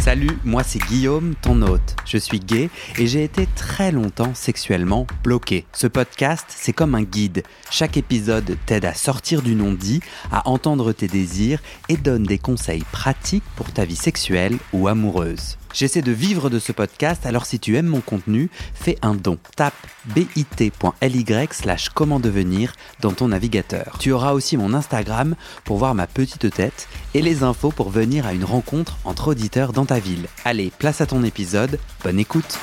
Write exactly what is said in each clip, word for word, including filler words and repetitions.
Salut, moi c'est Guillaume, ton hôte. Je suis gay et j'ai été très longtemps sexuellement bloqué. Ce podcast, c'est comme un guide. Chaque épisode t'aide à sortir du non-dit, à entendre tes désirs et donne des conseils pratiques pour ta vie sexuelle ou amoureuse. J'essaie de vivre de ce podcast, alors si tu aimes mon contenu, fais un don. Tape bit.ly slash comment devenir dans ton navigateur. Tu auras aussi mon Instagram pour voir ma petite tête et les infos pour venir à une rencontre entre auditeurs dans ta ville. Allez, place à ton épisode, bonne écoute.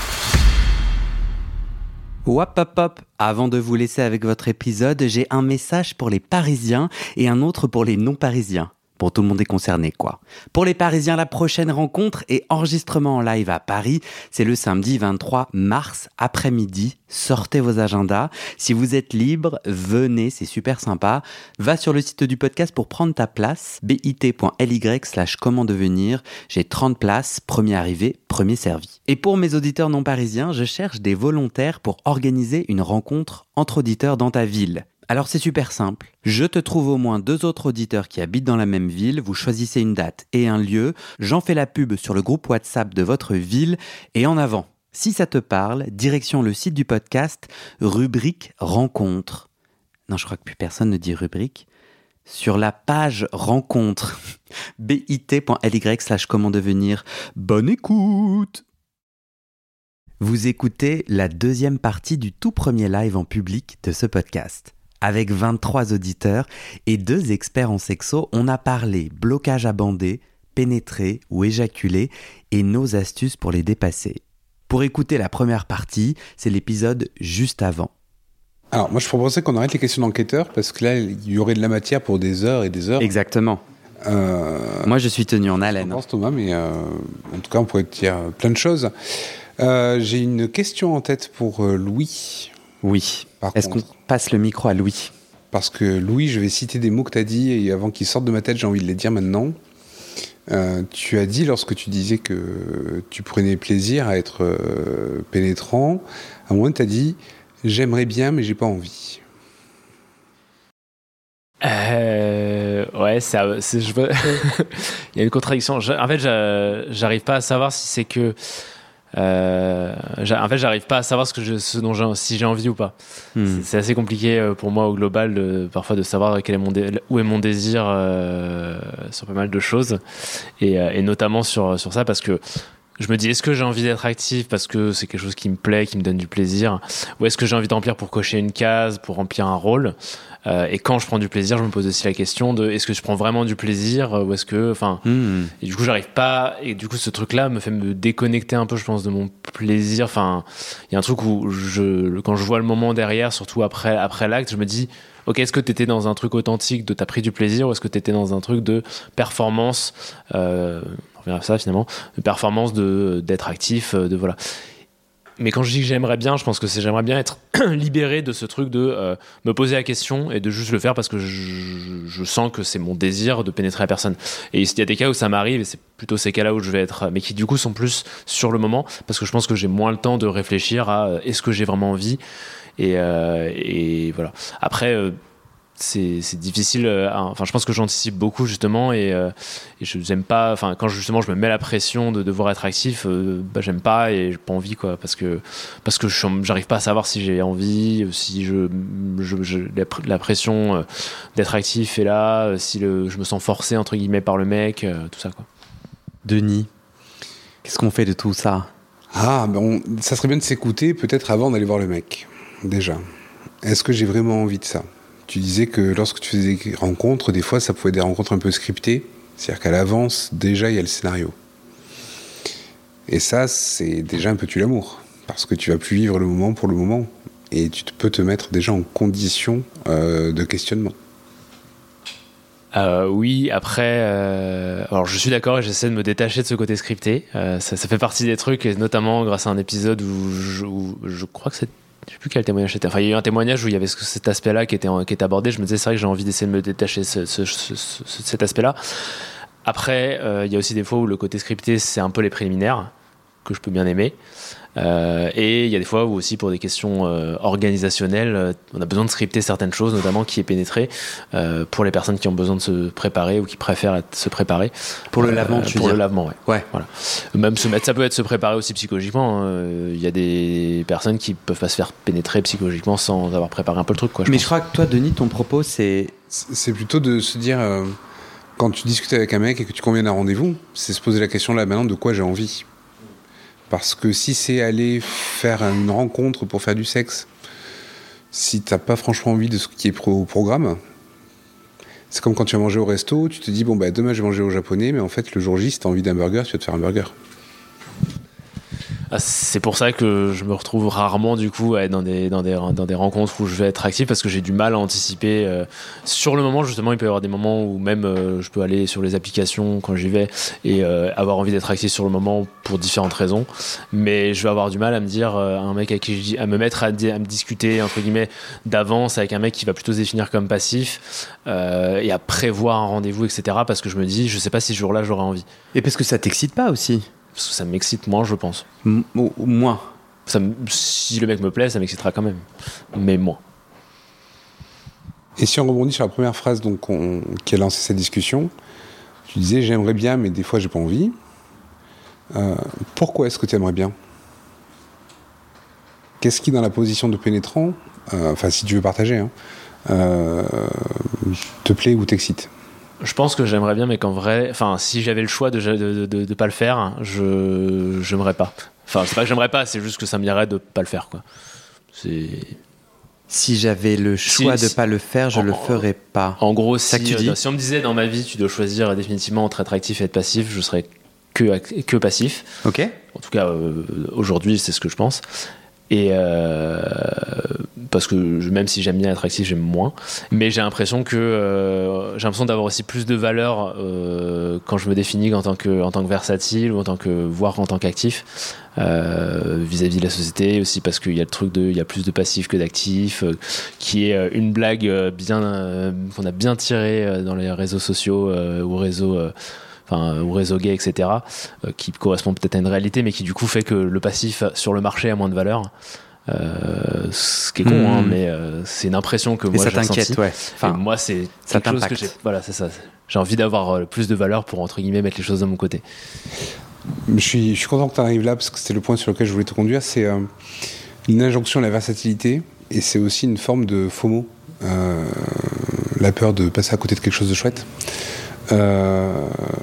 Wap hop hop, avant de vous laisser avec votre épisode, j'ai un message pour les Parisiens et un autre pour les non-Parisiens. Bon, tout le monde est concerné, quoi. Pour les Parisiens, la prochaine rencontre et enregistrement en live à Paris, c'est le samedi vingt-trois mars après-midi. Sortez vos agendas. Si vous êtes libre, venez, c'est super sympa. Va sur le site du podcast pour prendre ta place. bit.ly slash comment devenir. J'ai trente places, premier arrivé, premier servi. Et pour mes auditeurs non parisiens, je cherche des volontaires pour organiser une rencontre entre auditeurs dans ta ville. Alors c'est super simple, je te trouve au moins deux autres auditeurs qui habitent dans la même ville, vous choisissez une date et un lieu, j'en fais la pub sur le groupe WhatsApp de votre ville et en avant. Si ça te parle, direction le site du podcast, rubrique rencontre. Non, je crois que plus personne ne dit rubrique. Sur la page rencontre, bit.ly slash comment devenir. Bonne écoute! Vous écoutez la deuxième partie du tout premier live en public de ce podcast. Avec vingt-trois auditeurs et deux experts en sexo, on a parlé blocage à bander, pénétrer ou éjaculer et nos astuces pour les dépasser. Pour écouter la première partie, c'est l'épisode juste avant. Alors moi je proposais qu'on arrête les questions d'enquêteurs parce que là il y aurait de la matière pour des heures et des heures. Exactement. Euh... Moi je suis tenu en haleine. Je pense Thomas, mais euh, en tout cas on pourrait te dire plein de choses. Euh, j'ai une question en tête pour euh, Louis. Oui. Par Est-ce contre, qu'on passe le micro à Louis ? Parce que Louis, je vais citer des mots que tu as dit et avant qu'ils sortent de ma tête, j'ai envie de les dire maintenant. Euh, tu as dit, lorsque tu disais que tu prenais plaisir à être euh, pénétrant, à un moment tu as dit « j'aimerais bien mais j'ai pas envie ». Euh, ouais, ça, c'est, je veux... il y a une contradiction. Je, en fait, j'arrive pas à savoir si c'est que Euh, en fait, j'arrive pas à savoir ce que je, ce dont j'ai, si j'ai envie ou pas. Hmm. C'est, c'est assez compliqué pour moi au global, de, parfois de savoir quel est mon dé, où est mon désir euh, sur pas mal de choses, et, et notamment sur sur ça parce que je me dis, est-ce que j'ai envie d'être actif parce que c'est quelque chose qui me plaît, qui me donne du plaisir, ou est-ce que j'ai envie de remplir pour cocher une case, pour remplir un rôle. Euh, et quand je prends du plaisir, je me pose aussi la question de est-ce que je prends vraiment du plaisir ou est-ce que, enfin, mmh. et du coup j'arrive pas, et du coup ce truc-là me fait me déconnecter un peu, je pense, de mon plaisir. Enfin, il y a un truc où je, quand je vois le moment derrière, surtout après après l'acte, je me dis, ok, est-ce que t'étais dans un truc authentique de t'as pris du plaisir ou est-ce que t'étais dans un truc de performance, euh, on revient à ça finalement, de performance, de d'être actif, de voilà. Mais quand je dis que j'aimerais bien, je pense que c'est j'aimerais bien être libéré de ce truc de euh, me poser la question et de juste le faire parce que je, je sens que c'est mon désir de pénétrer la personne. Et il y a des cas où ça m'arrive et c'est plutôt ces cas-là où je vais être, mais qui du coup sont plus sur le moment parce que je pense que j'ai moins le temps de réfléchir à euh, est-ce que j'ai vraiment envie et, euh, et voilà. Après, euh, c'est, c'est difficile. Euh, enfin, je pense que j'anticipe beaucoup justement et, euh, et je j'aime pas. Enfin, quand justement je me mets la pression de devoir être actif, euh, bah, j'aime pas et j'ai pas envie quoi, parce que parce que je, j'arrive pas à savoir si j'ai envie, si je, je, je la, la pression euh, d'être actif est là, si le, je me sens forcé entre guillemets par le mec, euh, tout ça quoi. Denis, qu'est-ce qu'on fait de tout ça ? Ah, bon, ça serait bien de s'écouter peut-être avant d'aller voir le mec. Déjà, est-ce que j'ai vraiment envie de ça ? Tu disais que lorsque tu faisais des rencontres, des fois, ça pouvait être des rencontres un peu scriptées. C'est-à-dire qu'à l'avance, déjà, il y a le scénario. Et ça, c'est déjà un peu tue l'amour. Parce que tu vas plus vivre le moment pour le moment. Et tu peux te mettre déjà en condition euh, de questionnement. Euh, oui, après, euh, alors je suis d'accord et j'essaie de me détacher de ce côté scripté. Euh, ça, ça fait partie des trucs, et notamment grâce à un épisode où je, où je crois que c'est je sais plus quel témoignage c'était. Enfin, il y a eu un témoignage où il y avait cet aspect-là qui était, qui était abordé. Je me disais, c'est vrai que j'ai envie d'essayer de me détacher de ce, ce, ce, ce, cet aspect-là. Après, euh, il y a aussi des fois où le côté scripté, c'est un peu les préliminaires. que je peux bien aimer. Euh, et il y a des fois où aussi pour des questions euh, organisationnelles, euh, on a besoin de scripter certaines choses, notamment qui est pénétré euh, pour les personnes qui ont besoin de se préparer ou qui préfèrent être, se préparer. Pour le euh, lavement, tu Pour veux le dire. lavement, ouais. Ouais. Voilà. Même se mettre, ça peut être se préparer aussi psychologiquement. Il euh, y a des personnes qui peuvent pas se faire pénétrer psychologiquement sans avoir préparé un peu le truc, quoi. Je Mais pense. je crois que toi, Denis, ton propos, c'est. C'est plutôt de se dire, euh, quand tu discutes avec un mec et que tu conviens d'un rendez-vous, c'est se poser la question là maintenant de quoi j'ai envie. Parce que si c'est aller faire une rencontre pour faire du sexe, si t'as pas franchement envie de ce qui est pro- au programme, c'est comme quand tu vas manger au resto, tu te dis bon bah demain je vais manger au japonais, mais en fait le jour J si t'as envie d'un burger, tu vas te faire un burger. Ah, c'est pour ça que je me retrouve rarement du coup à être dans des, dans des, dans des rencontres où je vais être actif parce que j'ai du mal à anticiper. Euh, sur le moment, justement, il peut y avoir des moments où même euh, je peux aller sur les applications quand j'y vais et euh, avoir envie d'être actif sur le moment pour différentes raisons. Mais je vais avoir du mal à me dire, euh, un mec à qui je dis, à me mettre à, à me discuter, entre guillemets, d'avance avec un mec qui va plutôt se définir comme passif euh, et à prévoir un rendez-vous, et cetera. Parce que je me dis, je sais pas si ce jour-là j'aurai envie. Et parce que ça t'excite pas aussi. Parce que ça m'excite moins, je pense. M- ou- ou moins. Ça, me- si le mec me plaît, ça m'excitera quand même. Mais moins. Et si on rebondit sur la première phrase donc, on, qui a lancé cette discussion, tu disais j'aimerais bien mais des fois j'ai pas envie. Euh, pourquoi est-ce que tu aimerais bien ? Qu'est-ce qui dans la position de pénétrant, euh, enfin si tu veux partager, hein, euh, te plaît ou t'excite ? Je pense que j'aimerais bien, mais qu'en vrai, enfin, si j'avais le choix de de, de, de pas le faire, je j'aimerais pas. Enfin, c'est pas que j'aimerais pas, c'est juste que ça m'irait de pas le faire, quoi. C'est. Si j'avais le choix Si- de pas le faire, je en- le ferais pas. En gros, ça si, que tu dis euh, si on me disait dans ma vie, tu dois choisir définitivement entre être actif et être passif, je serais que ac- que passif. Ok. En tout cas, euh, aujourd'hui, c'est ce que je pense. Et euh, parce que je- même si j'aime bien être actif, j'aime moins. Mais j'ai l'impression que euh, j'ai l'impression d'avoir aussi plus de valeur euh, quand je me définis en tant que en tant que versatile ou en tant que voire en tant qu'actif euh, vis-à-vis de la société aussi parce qu'il y a le truc de il y a plus de passifs que d'actifs euh, qui est euh, une blague euh, bien euh, qu'on a bien tirée euh, dans les réseaux sociaux euh, ou réseaux euh, enfin ou réseau gay, et cetera, euh, qui correspond peut-être à une réalité, mais qui du coup fait que le passif sur le marché a moins de valeur. Euh, ce qui est con, Mmh. hein, mais euh, c'est une impression que Et moi ça j'ai t'inquiète, ressentie. ouais. Et Enfin, moi, c'est ça quelque chose que t'impacte. j'ai. Voilà, c'est ça. J'ai envie d'avoir euh, plus de valeur pour entre guillemets mettre les choses de mon côté. Je suis, je suis content que tu arrives là parce que c'était le point sur lequel je voulais te conduire. C'est euh, une injonction à la versatilité et c'est aussi une forme de FOMO, euh, la peur de passer à côté de quelque chose de chouette. Euh,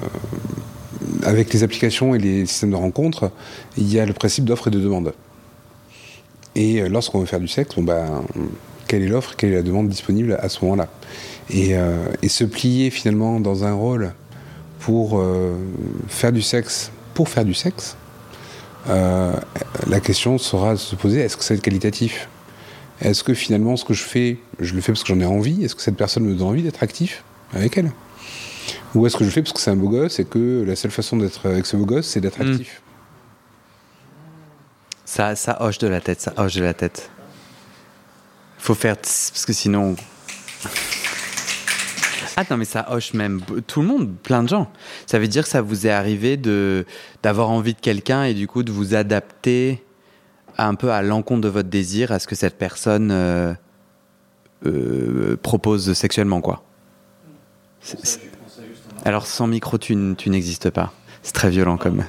avec les applications et les systèmes de rencontres, il y a le principe d'offre et de demande. Et euh, lorsqu'on veut faire du sexe, bon ben, quelle est l'offre, quelle est la demande disponible à ce moment-là. Et, euh, et se plier finalement dans un rôle pour euh, faire du sexe, pour faire du sexe, euh, la question sera de se poser, est-ce que ça va être qualitatif ? Est-ce que finalement ce que je fais, je le fais parce que j'en ai envie ? Est-ce que cette personne me donne envie d'être actif avec elle ? Ou est-ce que je le fais parce que c'est un beau gosse et que la seule façon d'être avec ce beau gosse, c'est d'être Mmh. actif ? Ça, ça hoche de la tête, ça hoche de la tête. Faut faire tss, parce que sinon. Ah non, mais ça hoche même tout le monde, plein de gens. Ça veut dire que ça vous est arrivé de d'avoir envie de quelqu'un et du coup de vous adapter un peu à l'encontre de votre désir, à ce que cette personne euh, euh, propose sexuellement, quoi. C'est- c'est- Alors sans micro, tu, n- tu n'existes pas. C'est très violent comme.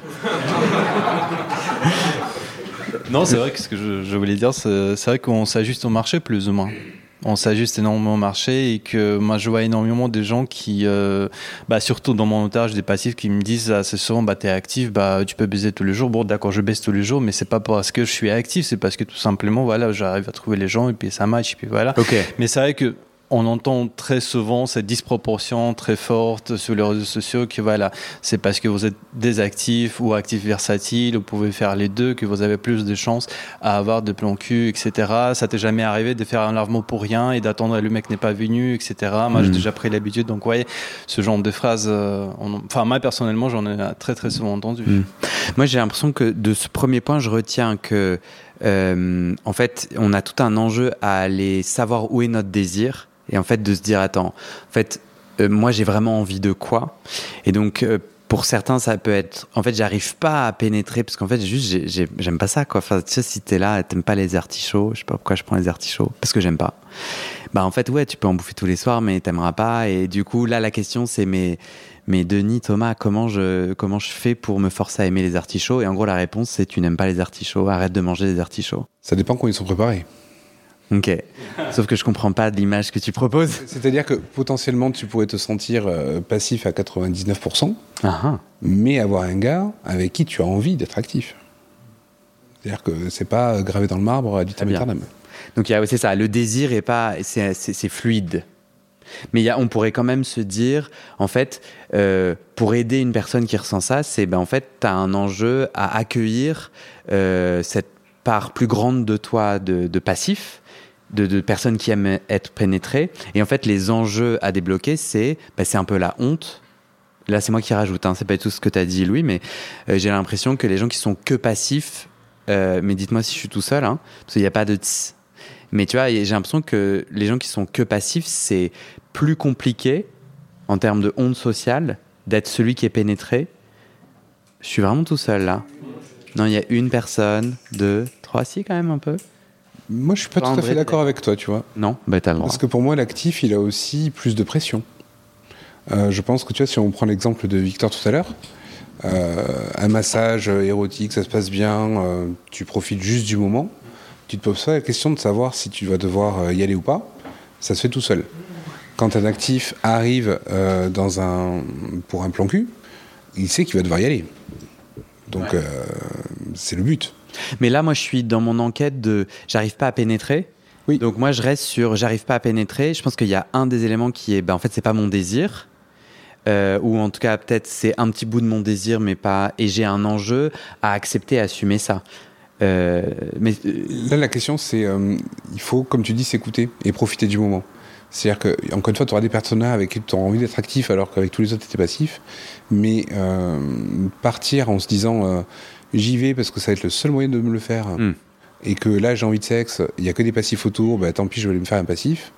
Non, c'est vrai que ce que je, je voulais dire, c'est, c'est vrai qu'on s'ajuste au marché plus ou moins. On s'ajuste énormément au marché et que moi je vois énormément de gens qui, euh, bah, surtout dans mon entourage des passifs, qui me disent assez souvent bah, t'es actif, bah, tu peux baiser tous les jours. Bon, d'accord, je baise tous les jours, mais c'est pas parce que je suis actif, c'est parce que tout simplement, voilà, j'arrive à trouver les gens et puis ça match et puis voilà. Ok. Mais c'est vrai que on entend très souvent cette disproportion très forte sur les réseaux sociaux que voilà, c'est parce que vous êtes désactif ou actif versatile, vous pouvez faire les deux, que vous avez plus de chances à avoir de plans cul, et cetera. Ça t'est jamais arrivé de faire un lavement pour rien et d'attendre le mec n'est pas venu, et cetera. Moi, Mmh. j'ai déjà pris l'habitude, donc ouais, ce genre de phrases, euh, on en- enfin moi personnellement, j'en ai très très souvent entendu. Mmh. Moi, j'ai l'impression que de ce premier point, je retiens que, euh, en fait, on a tout un enjeu à aller savoir où est notre désir et en fait de se dire, attends, en fait, euh, moi, j'ai vraiment envie de quoi ? Et donc, euh, pour certains, ça peut être. En fait, j'arrive pas à pénétrer parce qu'en fait, juste, j'ai, j'ai, j'aime pas ça, quoi. Enfin, tu sais, si t'es là, t'aimes pas les artichauts, je sais pas pourquoi je prends les artichauts, parce que j'aime pas. Bah, en fait, ouais, tu peux en bouffer tous les soirs, mais t'aimeras pas. Et du coup, là, la question, c'est, mais, mais Denis, Thomas, comment je, comment je fais pour me forcer à aimer les artichauts? Et en gros, la réponse, c'est, tu n'aimes pas les artichauts, arrête de manger des artichauts. Ça dépend comment ils sont préparés. Ok. Sauf que je comprends pas de l'image que tu proposes. C'est-à-dire que potentiellement, tu pourrais te sentir euh, passif à quatre-vingt-dix-neuf pour cent, Ah, mais avoir un gars avec qui tu as envie d'être actif. C'est-à-dire que c'est pas gravé dans le marbre à vitam aeternam. donc, il y a, c'est ça, le désir est pas, c'est, c'est, c'est fluide. Mais il y a, on pourrait quand même se dire, en fait, euh, pour aider une personne qui ressent ça, c'est, ben, en fait, tu as un enjeu à accueillir euh, cette part plus grande de toi de, de passif, De, de personnes qui aiment être pénétrées. Et en fait, les enjeux à débloquer, c'est, bah, c'est un peu la honte. Là, c'est moi qui rajoute, hein, c'est pas tout ce que tu as dit, Louis, mais euh, j'ai l'impression que les gens qui sont que passifs, euh, mais dites-moi si je suis tout seul, hein, parce qu'il n'y a pas de tss. Mais tu vois, j'ai l'impression que les gens qui sont que passifs, c'est plus compliqué, en termes de honte sociale, d'être celui qui est pénétré. Je suis vraiment tout seul, là. Non, il y a une personne, deux, trois, si, quand même, un peu. Moi, je suis pas Toi, tout à André, fait d'accord avec toi, tu vois. Non, bah t'as le droit. Parce que pour moi, l'actif, il a aussi plus de pression. Euh, je pense que, tu vois, si on prend l'exemple de Victor tout à l'heure, euh, un massage érotique, ça se passe bien, euh, tu profites juste du moment, tu te poses pas la question de savoir si tu vas devoir y aller ou pas, ça se fait tout seul. Quand un actif arrive euh, dans un, pour un plan cul, il sait qu'il va devoir y aller. Donc, ouais. euh, c'est le but. Mais là, moi, je suis dans mon enquête de j'arrive pas à pénétrer. Oui. Donc, moi, je reste sur j'arrive pas à pénétrer. Je pense qu'il y a un des éléments qui est, ben, en fait, c'est pas mon désir. Euh, ou en tout cas, peut-être c'est un petit bout de mon désir, mais pas. Et j'ai un enjeu à accepter, à assumer ça. Euh, mais là, la question, c'est euh, il faut, comme tu dis, s'écouter et profiter du moment. C'est-à-dire que, encore une fois, tu auras des personnages avec qui tu auras envie d'être actif, alors qu'avec tous les autres, tu étais passif. Mais euh, partir en se disant. Euh, J'y vais parce que ça va être le seul moyen de me le faire. Mm. Et que là, j'ai envie de sexe, il n'y a que des passifs autour, bah, tant pis, je vais aller me faire un passif.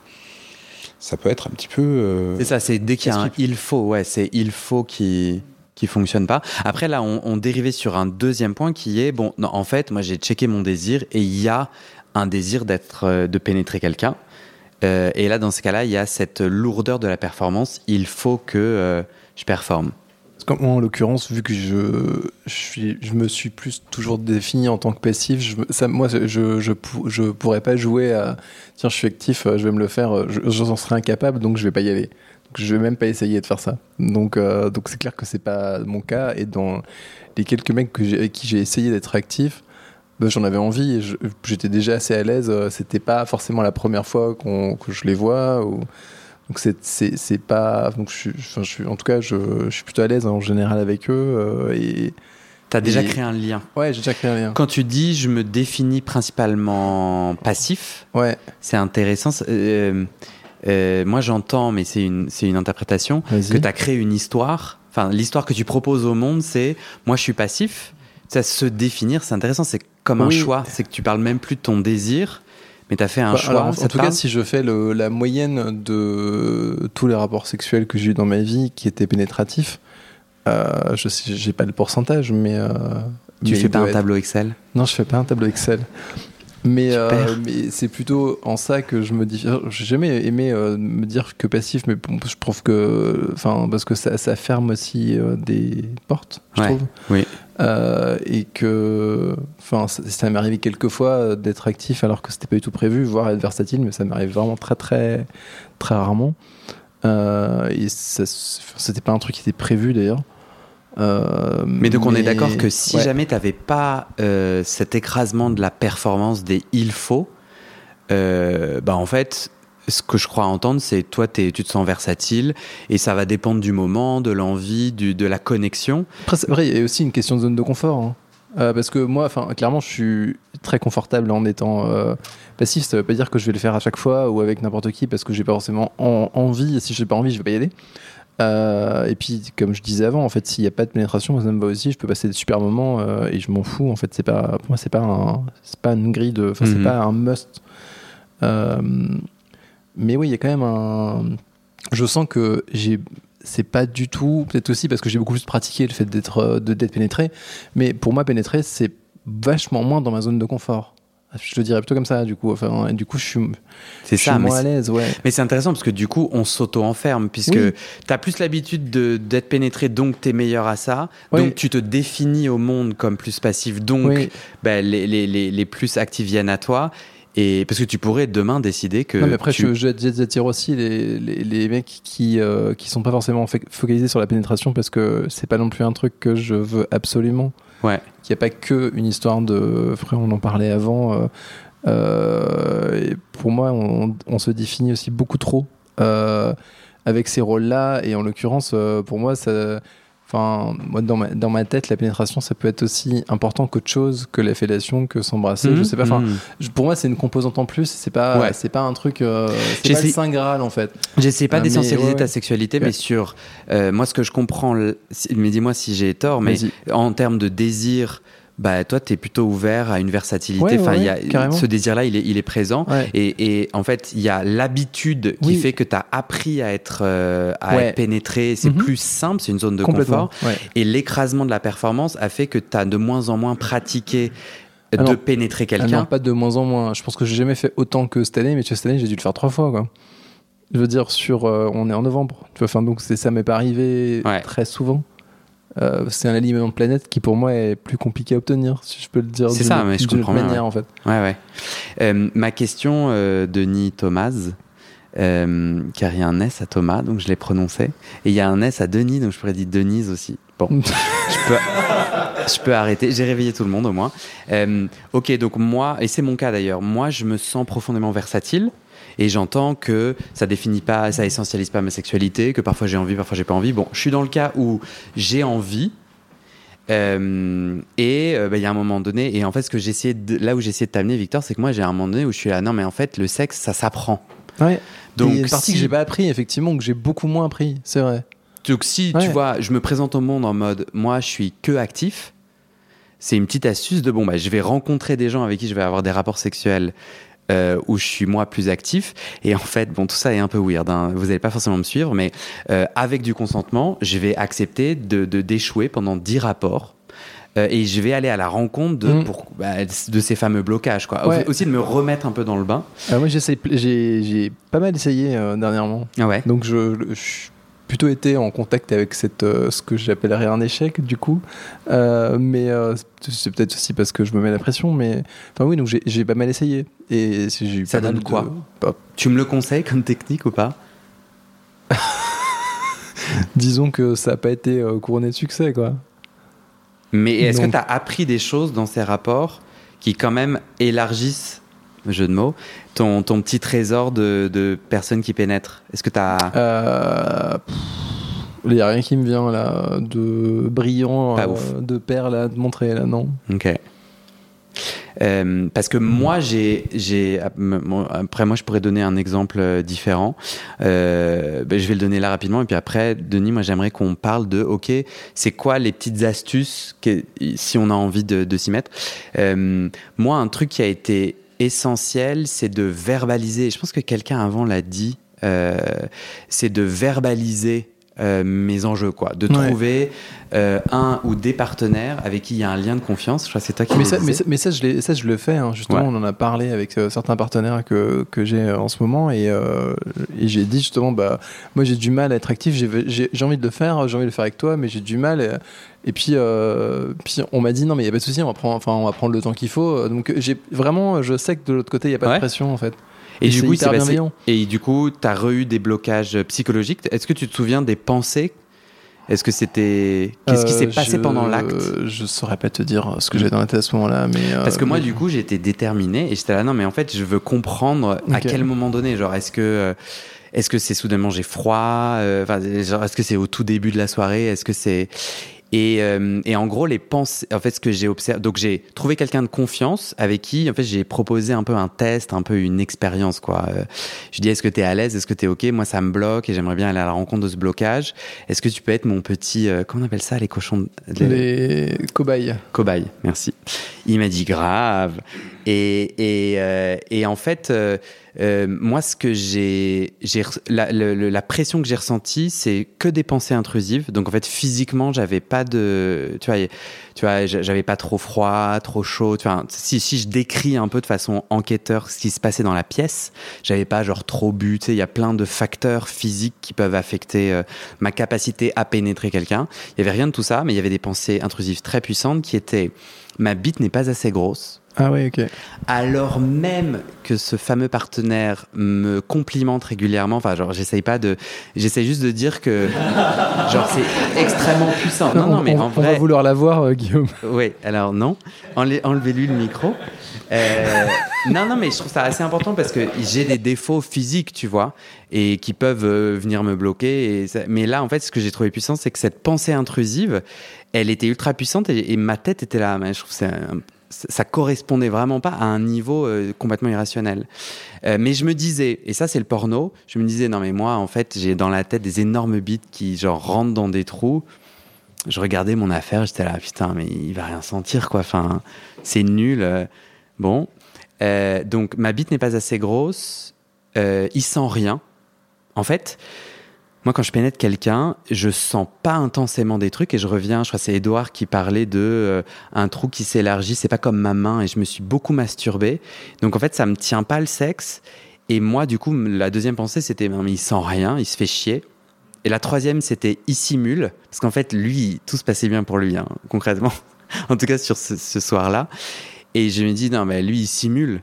Ça peut être un petit peu... Euh, c'est ça, c'est dès qu'il y a un il faut, ouais, c'est il faut qui qui fonctionne pas. Après, là, on, on dérivait sur un deuxième point qui est, bon, non, en fait, moi, j'ai checké mon désir et il y a un désir d'être, euh, de pénétrer quelqu'un. Euh, et là, dans ce cas-là, il y a cette lourdeur de la performance. Il faut que euh, je performe. Moi, en l'occurrence, vu que je, je, suis, je me suis plus toujours défini en tant que passif, je, ça, moi, je, je, je, je pourrais pas jouer à tiens, je suis actif, je vais me le faire, je, j'en serais incapable, donc je vais pas y aller. Donc, je vais même pas essayer de faire ça. Donc, euh, donc c'est clair que c'est pas mon cas. Et dans les quelques mecs que j'ai, avec qui j'ai essayé d'être actif, ben, j'en avais envie et je, j'étais déjà assez à l'aise. C'était pas forcément la première fois qu'on, que je les vois. Ou... Donc c'est, c'est, c'est pas donc je suis, enfin, je suis en tout cas je, je suis plutôt à l'aise en général avec eux euh, et t'as déjà et... créé un lien. Ouais, j'ai déjà créé un lien. Quand tu dis je me définis principalement passif, ouais, c'est intéressant. Euh, euh, moi j'entends, mais c'est une c'est une interprétation. Vas-y. Que t'as créé une histoire. Enfin l'histoire que tu proposes au monde, c'est moi je suis passif. Ça se définir, c'est intéressant. C'est comme oui. un choix. C'est que tu parles même plus de ton désir. Mais t'as fait un bah, choix. Alors, en tout parle? cas, si je fais le, la moyenne de tous les rapports sexuels que j'ai eu dans ma vie qui étaient pénétratifs, euh, je sais, j'ai pas le pourcentage, mais euh, tu mais fais pas un être... tableau Excel? Non, je fais pas un tableau Excel. Mais, euh, mais c'est plutôt en ça que je me dis. J'ai jamais aimé euh, me dire que passif, mais bon, je trouve que, enfin, parce que ça, ça ferme aussi euh, des portes, je ouais, trouve. Oui. Euh, et que, enfin, ça, ça m'est arrivé quelques fois d'être actif alors que c'était pas du tout prévu, voire être versatile, mais ça m'arrive vraiment très, très, très rarement. Euh, et ça, c'était pas un truc qui était prévu d'ailleurs. Euh, mais donc mais... on est d'accord que si ouais. jamais tu n'avais pas euh, cet écrasement de la performance des il faut, euh, bah en fait, ce que je crois entendre, c'est toi t'es, tu te sens versatile et ça va dépendre du moment, de l'envie, du, de la connexion. Après, c'est vrai, il y a aussi une question de zone de confort. Hein. Euh, parce que moi, clairement, je suis très confortable en étant euh, passif. Ça ne veut pas dire que je vais le faire à chaque fois ou avec n'importe qui parce que j'ai pas forcément en, envie. Et si j'ai pas envie, je vais pas y aller. Euh, et puis comme je disais avant, en fait, s'il n'y a pas de pénétration, ça me va aussi. Je peux passer des super moments euh, et je m'en fous. En fait, c'est pas pour moi, c'est pas un, c'est pas une grille de, enfin, mm-hmm. c'est pas un must. Euh, mais oui, il y a quand même un. Je sens que j'ai c'est pas du tout, peut-être aussi parce que j'ai beaucoup plus pratiqué le fait d'être, euh, de, d'être pénétré, mais pour moi, pénétrer, c'est vachement moins dans ma zone de confort. Je le dirais plutôt comme ça, du coup. Enfin, et du coup, je suis, c'est je ça, suis moins mais à l'aise, ouais. Mais c'est intéressant parce que du coup, on s'auto-enferme puisque Oui. tu as plus l'habitude de, d'être pénétré, donc tu es meilleur à ça. Oui. Donc tu te définis au monde comme plus passif, donc Oui. ben, les, les, les, les plus actifs viennent à toi. Et parce que tu pourrais demain décider que. Non, mais après, tu... je, je, j'attire aussi les, les, les mecs qui, euh, qui sont pas forcément focalisés sur la pénétration parce que c'est pas non plus un truc que je veux absolument. Ouais. Qu'il n'y a pas que une histoire de. Frère, on en parlait avant. Euh, Euh, et pour moi, on, on se définit aussi beaucoup trop euh, avec ces rôles-là. Et en l'occurrence, euh, pour moi, ça, enfin, moi, dans ma, dans ma tête, la pénétration, ça peut être aussi important qu'autre chose, que la fellation, que s'embrasser. Mmh, je sais pas. Enfin, mmh. pour moi, c'est une composante en plus. C'est pas, Ouais. c'est pas un truc. Euh, c'est J'essaie... pas le saint graal en fait. J'essaie pas euh, d'essentialiser mais, ouais, ta ouais. sexualité, ouais. mais sur euh, moi, ce que je comprends. Le... Mais dis-moi si j'ai tort, mais Vas-y. en termes de désir. Bah, toi, tu es plutôt ouvert à une versatilité. Ouais, enfin, ouais, il y a, carrément. ce désir-là, il est, il est présent. Ouais. Et, et en fait, il y a l'habitude qui Oui. fait que tu as appris à être, euh, à Ouais. être pénétré. C'est Mm-hmm. plus simple, c'est une zone de Complètement. confort. Ouais. Et l'écrasement de la performance a fait que tu as de moins en moins pratiqué Ah de non. pénétrer Ah quelqu'un. non, pas de moins en moins. Je pense que j'ai jamais fait autant que cette année, mais cette année, j'ai dû le faire trois fois, quoi. Je veux dire, sur, euh, on est en novembre. Tu vois, enfin, donc c'est, ça m'est pas arrivé Ouais. très souvent. Euh, c'est un alignement de planète qui pour moi est plus compliqué à obtenir, si je peux le dire. C'est d'une, ça, mais je d'une comprends autre bien, manière, ouais. en fait. Ouais, ouais. Euh, ma question, euh, Denis Thomas, euh, car il y a un S à Thomas, donc je l'ai prononcé. Et il y a un S à Denis, donc je pourrais dire Denise aussi. Bon, je peux, je peux arrêter. J'ai réveillé tout le monde au moins. Euh, ok, donc moi, et c'est mon cas d'ailleurs, moi je me sens profondément versatile. Et j'entends que ça définit pas, ça essentialise pas ma sexualité, que parfois j'ai envie, parfois j'ai pas envie. Bon, je suis dans le cas où j'ai envie. Euh, et il euh, bah, y a un moment donné, et en fait, ce que j'essayais de, là où j'essayais de t'amener, Victor, c'est que moi j'ai un moment donné où je suis là, non, mais en fait, le sexe, ça s'apprend. Ouais. Donc, il y a une partie si, que j'ai pas appris, effectivement, que j'ai beaucoup moins appris, c'est vrai. donc si Ouais. tu vois, je me présente au monde en mode, moi, je suis que actif. C'est une petite astuce de bon, bah, je vais rencontrer des gens avec qui je vais avoir des rapports sexuels. Euh, où je suis moi plus actif et en fait bon tout ça est un peu weird hein. Vous n'allez pas forcément me suivre mais euh, avec du consentement je vais accepter de, de d'échouer pendant dix rapports euh, et je vais aller à la rencontre de, mmh. pour, bah, de ces fameux blocages quoi. Ouais. Aussi de me remettre un peu dans le bain. Euh, moi j'essaie, j'ai, j'ai pas mal essayé euh, dernièrement Ah ouais. donc je, je suis plutôt été en contact avec cette, euh, ce que j'appellerais un échec du coup euh, mais euh, c'est peut-être aussi parce que je me mets la pression mais enfin oui donc j'ai, j'ai pas mal essayé et j'ai eu ça pas donne mal quoi de... bah, tu me le conseilles comme technique ou pas? Disons que ça n'a pas été euh, couronné de succès quoi. Mais est-ce donc... que tu as appris des choses dans ces rapports qui quand même élargissent, jeu de mots, ton, ton petit trésor de, de personnes qui pénètrent? Est-ce que tu as... Euh, il n'y a rien qui me vient là de brillant, Pas euh, ouf. de perles à te montrer là, non. Ok. Euh, parce que moi, j'ai, j'ai, après moi, je pourrais donner un exemple différent. Euh, ben, je vais le donner là rapidement, et puis après, Denis, moi, j'aimerais qu'on parle de, ok, c'est quoi les petites astuces que, si on a envie de, de s'y mettre. Euh, moi, un truc qui a été essentiel, c'est de verbaliser. Je pense que quelqu'un avant l'a dit. Euh, c'est de verbaliser. Euh, mes enjeux quoi, de ouais. trouver euh, un ou des partenaires avec qui il y a un lien de confiance. Je crois que c'est toi qui mais le ça, disais. mais ça, mais ça, je l'ai, ça je le fais hein. Justement ouais. On en a parlé avec euh, certains partenaires que, que j'ai euh, en ce moment et, euh, et j'ai dit justement bah, moi j'ai du mal à être actif, j'ai, j'ai, j'ai envie de le faire, j'ai envie de le faire avec toi mais j'ai du mal et, et puis, euh, puis on m'a dit non mais il n'y a pas de souci, on va prendre, enfin, on va prendre le temps qu'il faut donc j'ai, vraiment je sais que de l'autre côté il n'y a pas ouais. de pression en fait. Et, et du coup, c'est passé, et du coup, tu as eu des blocages psychologiques. Est-ce que tu te souviens des pensées? Est-ce que c'était... Qu'est-ce euh, qui s'est passé je... pendant l'acte? Je saurais pas te dire ce que j'ai dans la tête à ce moment-là. Mais euh... Parce que moi, du coup, j'étais déterminé et j'étais là, non, mais en fait, je veux comprendre okay. à quel moment donné. Genre, est-ce que... Euh, est-ce que c'est soudainement j'ai froid? euh, genre, est-ce que c'est au tout début de la soirée? Est-ce que c'est... Et, euh, et en gros, les pensées, en fait, ce que j'ai observé, donc j'ai trouvé quelqu'un de confiance avec qui, en fait, j'ai proposé un peu un test, un peu une expérience, quoi. Euh, je dis, est-ce que t'es à l'aise? Est-ce que t'es ok? Moi, ça me bloque et j'aimerais bien aller à la rencontre de ce blocage. Est-ce que tu peux être mon petit, euh, comment on appelle ça, les cochons? Les, les cobayes. Cobayes, merci. Il m'a dit grave. Et, et, euh, et en fait, euh, euh, moi, ce que j'ai, j'ai la, la, la pression que j'ai ressentie, c'est que des pensées intrusives. Donc, en fait, physiquement, j'avais pas de, tu vois, tu vois, j'avais pas trop froid, trop chaud. Tu vois, si, si je décris un peu de façon enquêteur ce qui se passait dans la pièce, j'avais pas genre trop bu. Tu sais, il y a plein de facteurs physiques qui peuvent affecter euh, ma capacité à pénétrer quelqu'un. Il y avait rien de tout ça, mais il y avait des pensées intrusives très puissantes qui étaient: ma bite n'est pas assez grosse. Ah oui, ok. Alors même que ce fameux partenaire me complimente régulièrement, enfin genre j'essaye pas de, j'essaye juste de dire que genre c'est extrêmement puissant. Non, on, non, mais on, en on vrai. va vouloir la voir, euh, Guillaume. Oui, alors non, Enle- enlevez-lui le micro. Euh, non, non, mais je trouve ça assez important parce que j'ai des défauts physiques, tu vois, et qui peuvent euh, venir me bloquer. Et ça... Mais là, en fait, ce que j'ai trouvé puissant, c'est que cette pensée intrusive, elle était ultra puissante et, et ma tête était là. Mais je trouve que c'est un... ça correspondait vraiment pas à un niveau euh, complètement irrationnel. Euh, mais je me disais, et ça c'est le porno, je me disais non mais moi en fait j'ai dans la tête des énormes bites qui genre rentrent dans des trous. Je regardais mon affaire, j'étais là putain mais il va rien sentir quoi. Enfin c'est nul. Bon, euh, donc ma bite n'est pas assez grosse. Euh, il sent rien. En fait. Moi, quand je pénètre quelqu'un, je sens pas intensément des trucs et je reviens. Je crois que c'est Édouard qui parlait de euh, un trou qui s'élargit. C'est pas comme ma main et je me suis beaucoup masturbé. Donc en fait, ça me tient pas le sexe. Et moi, du coup, la deuxième pensée, c'était mais il sent rien, il se fait chier. Et la troisième, c'était il simule parce qu'en fait, lui, tout se passait bien pour lui, hein, concrètement. En tout cas, sur ce, ce soir-là. Et je me dis non, mais lui, il simule.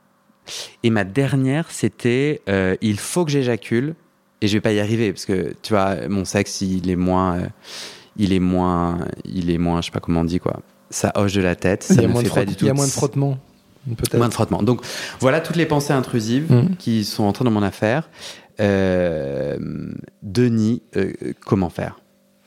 Et ma dernière, c'était euh, il faut que j'éjacule. Et je vais pas y arriver parce que tu vois mon sexe il est moins euh, il est moins il est moins je sais pas comment on dit quoi, ça hoche de la tête, ça ne fait pas du tout. Il y a moins de frottement peut-être. Moins de frottement. Donc voilà toutes les pensées intrusives mmh. qui sont entrées dans mon affaire. euh, Denis, euh, comment faire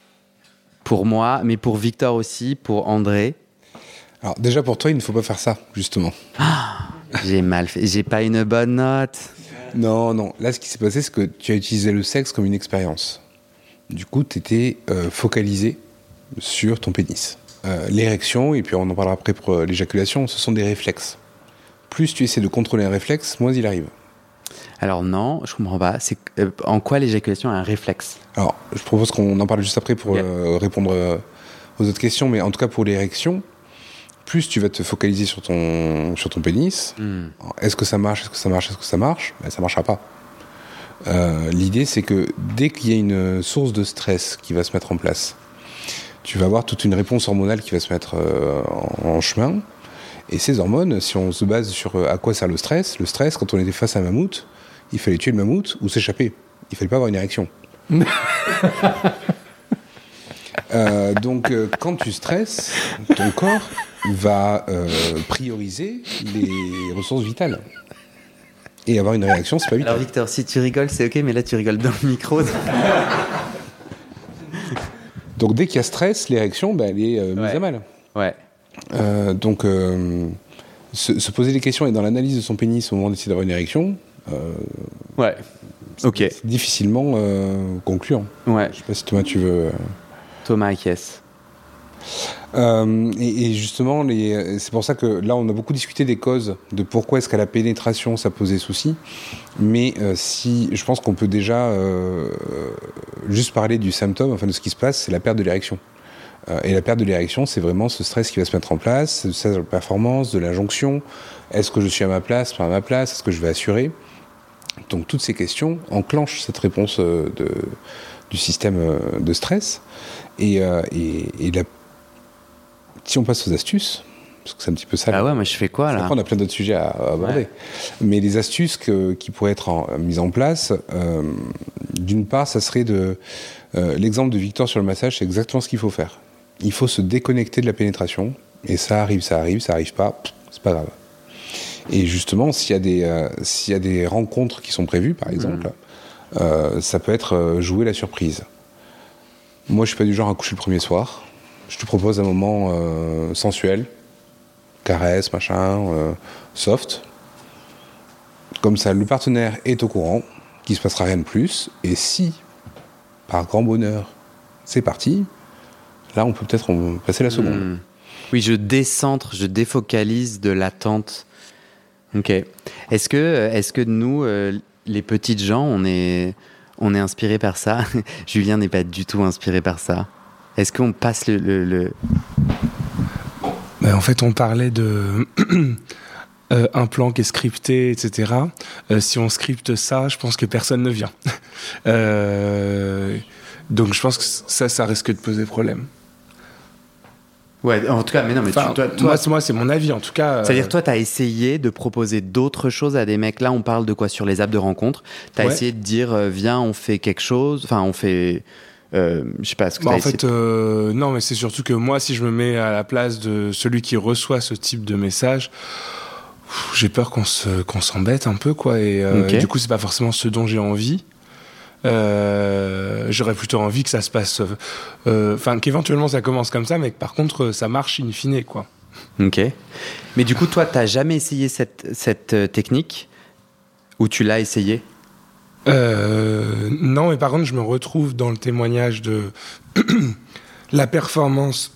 pour moi, mais pour Victor aussi, pour André? Alors déjà pour toi il ne faut pas faire ça justement. Ah, j'ai mal fait, j'ai pas une bonne note. Non, non. Là, ce qui s'est passé, c'est que tu as utilisé le sexe comme une expérience. Du coup, tu étais euh, focalisé sur ton pénis. Euh, l'érection, et puis on en parlera après pour euh, l'éjaculation, ce sont des réflexes. Plus tu essaies de contrôler un réflexe, moins il arrive. Alors non, je comprends pas. C'est, euh, en quoi l'éjaculation est un réflexe? Alors, je propose qu'on en parle juste après pour yeah. euh, répondre euh, aux autres questions, mais en tout cas pour l'érection, plus tu vas te focaliser sur ton, sur ton pénis. Mm. Est-ce que ça marche? Est-ce que ça marche? Est-ce que ça marche? Ben, ça ne marchera pas. Euh, l'idée, c'est que dès qu'il y a une source de stress qui va se mettre en place, tu vas avoir toute une réponse hormonale qui va se mettre euh, en, en chemin. Et ces hormones, si on se base sur à quoi sert le stress, le stress, quand on était face à un mammouth, il fallait tuer le mammouth ou s'échapper. Il ne fallait pas avoir une érection. euh, donc, euh, quand tu stresses, ton corps va euh, prioriser les ressources vitales. Et avoir une réaction, c'est pas vital. Alors Victor, si tu rigoles, c'est ok, mais là tu rigoles dans le micro. Donc dès qu'il y a stress, l'érection, ben, elle est euh, mise ouais. à mal. Ouais. Euh, donc euh, se, se poser des questions et dans l'analyse de son pénis au moment d'essayer d'avoir une érection, euh, ouais. Ok. C'est, c'est difficilement euh, concluant. Ouais. Je sais pas si Thomas tu veux. Euh... Thomas acquiesce. Euh, et, et justement, les, c'est pour ça que là, on a beaucoup discuté des causes de pourquoi est-ce qu'à la pénétration ça posait souci. Mais euh, si, je pense qu'on peut déjà euh, juste parler du symptôme, enfin de ce qui se passe, c'est la perte de l'érection. Euh, et la perte de l'érection, c'est vraiment ce stress qui va se mettre en place, ce stress de la performance, de l'injonction. Est-ce que je suis à ma place, pas à ma place? Est-ce que je vais assurer? Donc toutes ces questions enclenchent cette réponse de, du système de stress. Et, euh, et, et la si on passe aux astuces, parce que c'est un petit peu ça. Ah là, ouais, mais je fais quoi là? Après, on a plein d'autres sujets à, à aborder. Ouais. Mais les astuces que, qui pourraient être en, mises en place, euh, d'une part, ça serait de. Euh, l'exemple de Victor sur le massage, c'est exactement ce qu'il faut faire. Il faut se déconnecter de la pénétration. Et ça arrive, ça arrive, ça arrive pas, c'est pas grave. Et justement, s'il y a des, euh, s'il y a des rencontres qui sont prévues, par exemple, mmh. euh, ça peut être euh, jouer la surprise. Moi, je suis pas du genre à coucher le premier soir. Je te propose un moment euh, sensuel, caresse, machin, euh, soft. Comme ça, le partenaire est au courant qu'il ne se passera rien de plus. Et si, par grand bonheur, c'est parti, là, on peut peut-être passer la seconde. Mmh. Oui, je décentre, je défocalise de l'attente Ok. Est-ce que, est-ce que nous, euh, les petites gens, on est, on est inspirés par ça? Julien n'est pas du tout inspiré par ça. Est-ce qu'on passe le... le, le... Ben, en fait, on parlait de... euh, un plan qui est scripté, et cetera. Euh, si on scripte ça, je pense que personne ne vient. euh, donc je pense que ça, ça risque de poser problème. Ouais, en tout cas, mais non, mais enfin, tu, toi, toi, moi, moi, c'est mon avis, en tout cas. C'est-à-dire, euh... toi, t'as essayé de proposer d'autres choses à des mecs. Là, on parle de quoi sur les apps de rencontre. T'as ouais. essayé de dire, euh, viens, on fait quelque chose. Enfin, on fait... Euh, je sais pas ce que bah, t'as en essayé. fait, euh, non, mais c'est surtout que moi, si je me mets à la place de celui qui reçoit ce type de message, pff, j'ai peur qu'on se, qu'on s'embête un peu, quoi. Et, euh, okay. et du coup, c'est pas forcément ce dont j'ai envie. Euh, j'aurais plutôt envie que ça se passe, enfin, euh, qu'éventuellement ça commence comme ça, mais que par contre ça marche in fine, quoi. Ok. Mais du coup, toi, t'as jamais essayé cette, cette euh, technique ou tu l'as essayé? euh, Non, mais par contre, je me retrouve dans le témoignage de la performance.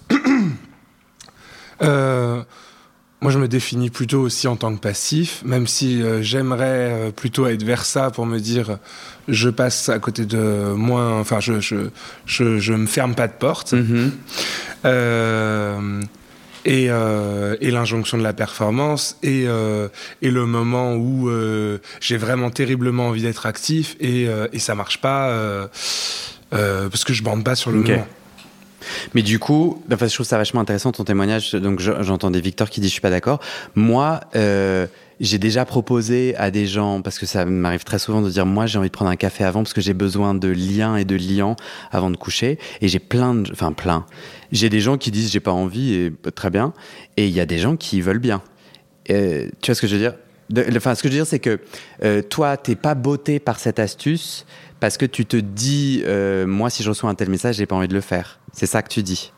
euh, Moi, je me définis plutôt aussi en tant que passif, même si euh, j'aimerais euh, plutôt être vers ça pour me dire, euh, je passe à côté de moins, enfin, je, je, je, je me ferme pas de porte. Mm-hmm. Euh, et, euh, et l'injonction de la performance, et, euh, et le moment où euh, j'ai vraiment terriblement envie d'être actif, et, euh, et ça marche pas, euh, euh, parce que je bande pas sur le okay. moment. Mais du coup, enfin, je trouve ça vachement intéressant ton témoignage. Donc, j'entendais Victor qui dit je suis pas d'accord. Moi, euh, j'ai déjà proposé à des gens, parce que ça m'arrive très souvent de dire moi j'ai envie de prendre un café avant parce que j'ai besoin de liens et de liants avant de coucher. Et j'ai plein, de, enfin plein. J'ai des gens qui disent j'ai pas envie et très bien. Et il y a des gens qui veulent bien. Euh, tu vois ce que je veux dire? De, enfin, ce que je veux dire, c'est que euh, toi, t'es pas botté par cette astuce. Parce que tu te dis, euh, moi, si je reçois un tel message, j'ai pas envie de le faire. C'est ça que tu dis.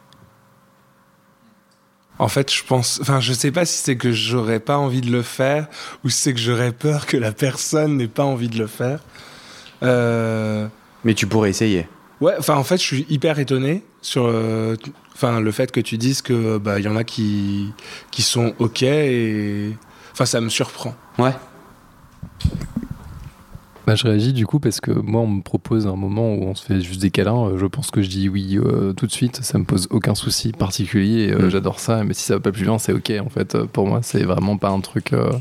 En fait, je pense, enfin, je sais pas si c'est que j'aurais pas envie de le faire ou si c'est que j'aurais peur que la personne n'ait pas envie de le faire. Euh... Mais tu pourrais essayer. Ouais, enfin, en fait, je suis hyper étonné sur, euh, enfin, le fait que tu dises que, bah, il y en a qui, qui sont ok et, enfin, ça me surprend. Ouais. Bah, je réagis du coup parce que moi on me propose un moment où on se fait juste des câlins, je pense que je dis oui euh, tout de suite, ça me pose aucun souci particulier, euh, mmh. j'adore ça, mais si ça va pas plus loin c'est ok en fait, pour moi c'est vraiment pas un truc, euh...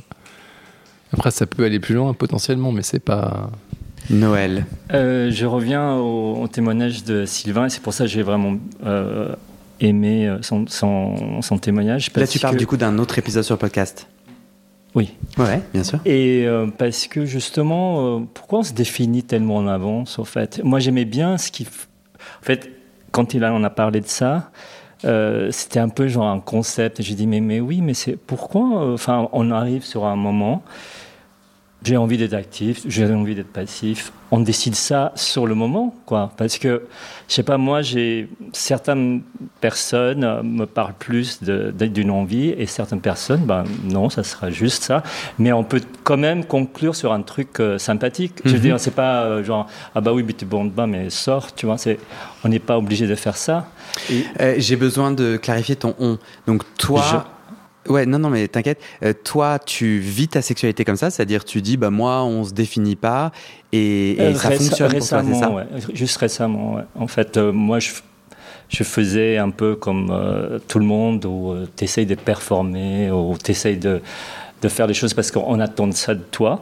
après ça peut aller plus loin potentiellement mais c'est pas... Noël. Euh, je reviens au, au témoignage de Sylvain et c'est pour ça que j'ai vraiment euh, aimé son, son, son témoignage. Parce Là tu parles que... du coup d'un autre épisode sur le podcast. Oui. Ouais, bien sûr. Et euh, parce que justement, euh, pourquoi on se définit tellement en avance, en fait? Moi, j'aimais bien ce qui... En fait, quand il en a parlé de ça, euh, c'était un peu genre un concept. Et j'ai dit, mais, mais oui, mais c'est pourquoi... Enfin, euh, on arrive sur un moment... J'ai envie d'être actif, j'ai envie d'être passif. On décide ça sur le moment, quoi. Parce que, je sais pas, moi, j'ai certaines personnes me parlent plus de, de, d'une envie et certaines personnes, ben non, ça sera juste ça. Mais on peut quand même conclure sur un truc euh, sympathique. Mm-hmm. Je veux dire, c'est pas euh, genre ah bah oui, mais tu bondes pas, mais sors, tu vois. C'est, on n'est pas obligé de faire ça. Et... Euh, j'ai besoin de clarifier ton on. Donc toi. Je... Ouais, non, non, mais t'inquiète. Euh, toi, tu vis ta sexualité comme ça, c'est-à-dire tu dis, bah moi, on se définit pas, et, et euh, ça Réce- fonctionne pour toi, c'est ça? Ouais. Juste récemment, ouais. En fait, euh, moi, je, je faisais un peu comme euh, tout le monde, où euh, tu essayes de performer, où tu essayes de, de faire des choses parce qu'on attend ça de toi.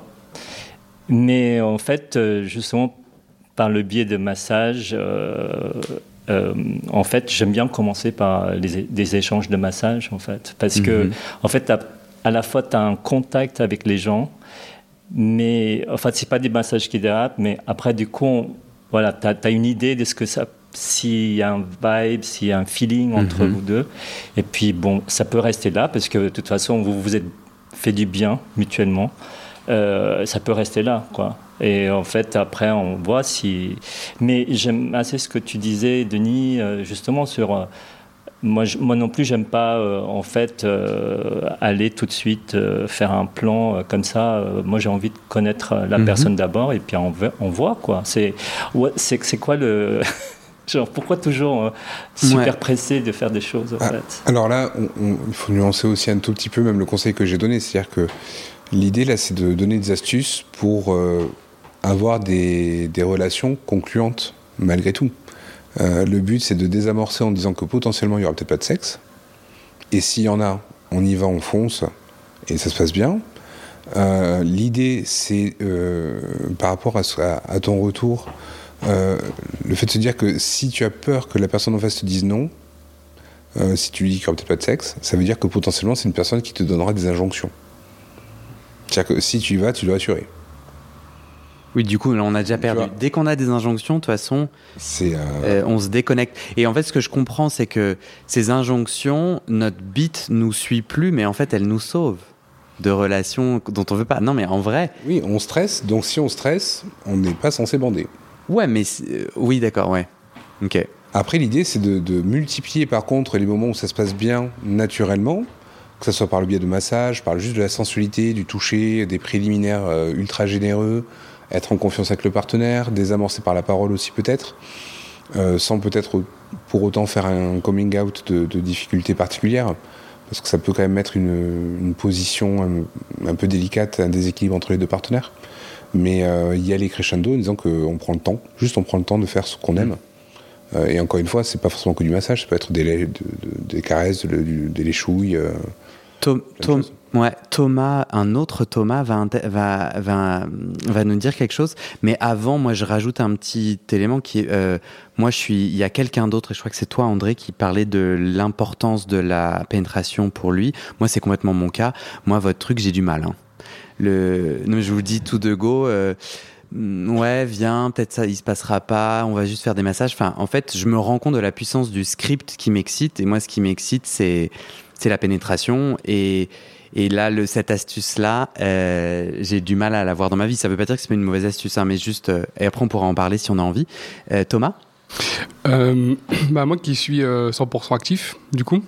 Mais en fait, euh, justement, par le biais de massages, euh, Euh, en fait, j'aime bien commencer par les, des échanges de massages, en fait, parce que, mm-hmm. en fait, à la fois, tu as un contact avec les gens, mais, en fait, c'est pas des massages qui dérapent, mais après, du coup, on, voilà, tu as une idée de ce que ça, s'il y a un vibe, s'il y a un feeling entre mm-hmm. vous deux, et puis, bon, ça peut rester là, parce que, de toute façon, vous vous êtes fait du bien mutuellement, euh, ça peut rester là, quoi. Et en fait, après, on voit si... Mais j'aime assez ce que tu disais, Denis, justement, sur... Euh, moi, je, moi non plus, j'aime pas, euh, en fait, euh, aller tout de suite euh, faire un plan euh, comme ça. Euh, moi, j'ai envie de connaître la mm-hmm. personne d'abord, et puis on, on voit, quoi. C'est, ouais, c'est, c'est quoi le... Genre, pourquoi toujours euh, super Ouais. pressé de faire des choses, en Ah, fait? Alors là, on- on- il faut nuancer aussi un tout petit peu même le conseil que j'ai donné. C'est-à-dire que l'idée, là, c'est de donner des astuces pour euh, avoir des, des relations concluantes, malgré tout. Euh, le but, c'est de désamorcer en disant que potentiellement, il n'y aura peut-être pas de sexe. Et s'il y en a, on y va, on fonce, et ça se passe bien. Euh, l'idée, c'est, euh, par rapport à, ce- à- à ton retour, euh, le fait de se dire que si tu as peur que la personne en face te dise non, euh, si tu lui dis qu'il n'y aura peut-être pas de sexe, ça veut dire que potentiellement, c'est une personne qui te donnera des injonctions. C'est-à-dire que si tu y vas, tu dois assurer. Oui, du coup, là, on a déjà perdu. vois. Dès qu'on a des injonctions, de toute façon, C'est, euh, euh, on se déconnecte. Et en fait, ce que je comprends, c'est que ces injonctions, notre bite nous suit plus, mais en fait, elles nous sauvent de relations dont on veut pas. Non, mais en vrai, oui, on stresse, donc si on stresse, on n'est pas censé bander. ouais, mais c'est- euh, oui, d'accord, ouais. Ok. Après, l'idée, c'est de, de multiplier, par contre, les moments où ça se passe bien naturellement, que ce soit par le biais de massage, par juste de la sensualité, du toucher, des préliminaires euh, ultra généreux, être en confiance avec le partenaire, désamorcer par la parole aussi peut-être, euh, sans peut-être pour autant faire un coming out de, de difficultés particulières, parce que ça peut quand même mettre une, une position un, un peu délicate, un déséquilibre entre les deux partenaires. Mais euh, y aller crescendo en disant qu'on prend le temps, juste on prend le temps de faire ce qu'on aime. Euh, et encore une fois, c'est pas forcément que du massage, ça peut être des, lait- de- de- des caresses, de- du- des léchouilles. euh, Tom- plein de Tom- choses. ouais, Thomas, un autre Thomas va, inter- va, va, va nous dire quelque chose. Mais avant, moi, je rajoute un petit élément qui est, euh, moi, je suis, il y a quelqu'un d'autre, et je crois que c'est toi, André, qui parlait de l'importance de la pénétration pour lui. Moi, c'est complètement mon cas. Moi, votre truc, j'ai du mal. Hein. Le, non, je vous le dis tout de go. Euh, ouais, viens, peut-être ça, il se passera pas. On va juste faire des massages. Enfin, en fait, je me rends compte de la puissance du script qui m'excite. Et moi, ce qui m'excite, c'est, c'est la pénétration. Et, et là, le, cette astuce-là, euh, j'ai du mal à l'avoir dans ma vie. Ça veut pas dire que c'est une mauvaise astuce, hein, mais juste. Euh, et après, on pourra en parler si on a envie. Euh, Thomas. Euh, bah moi qui suis euh, cent pour cent actif, du coup,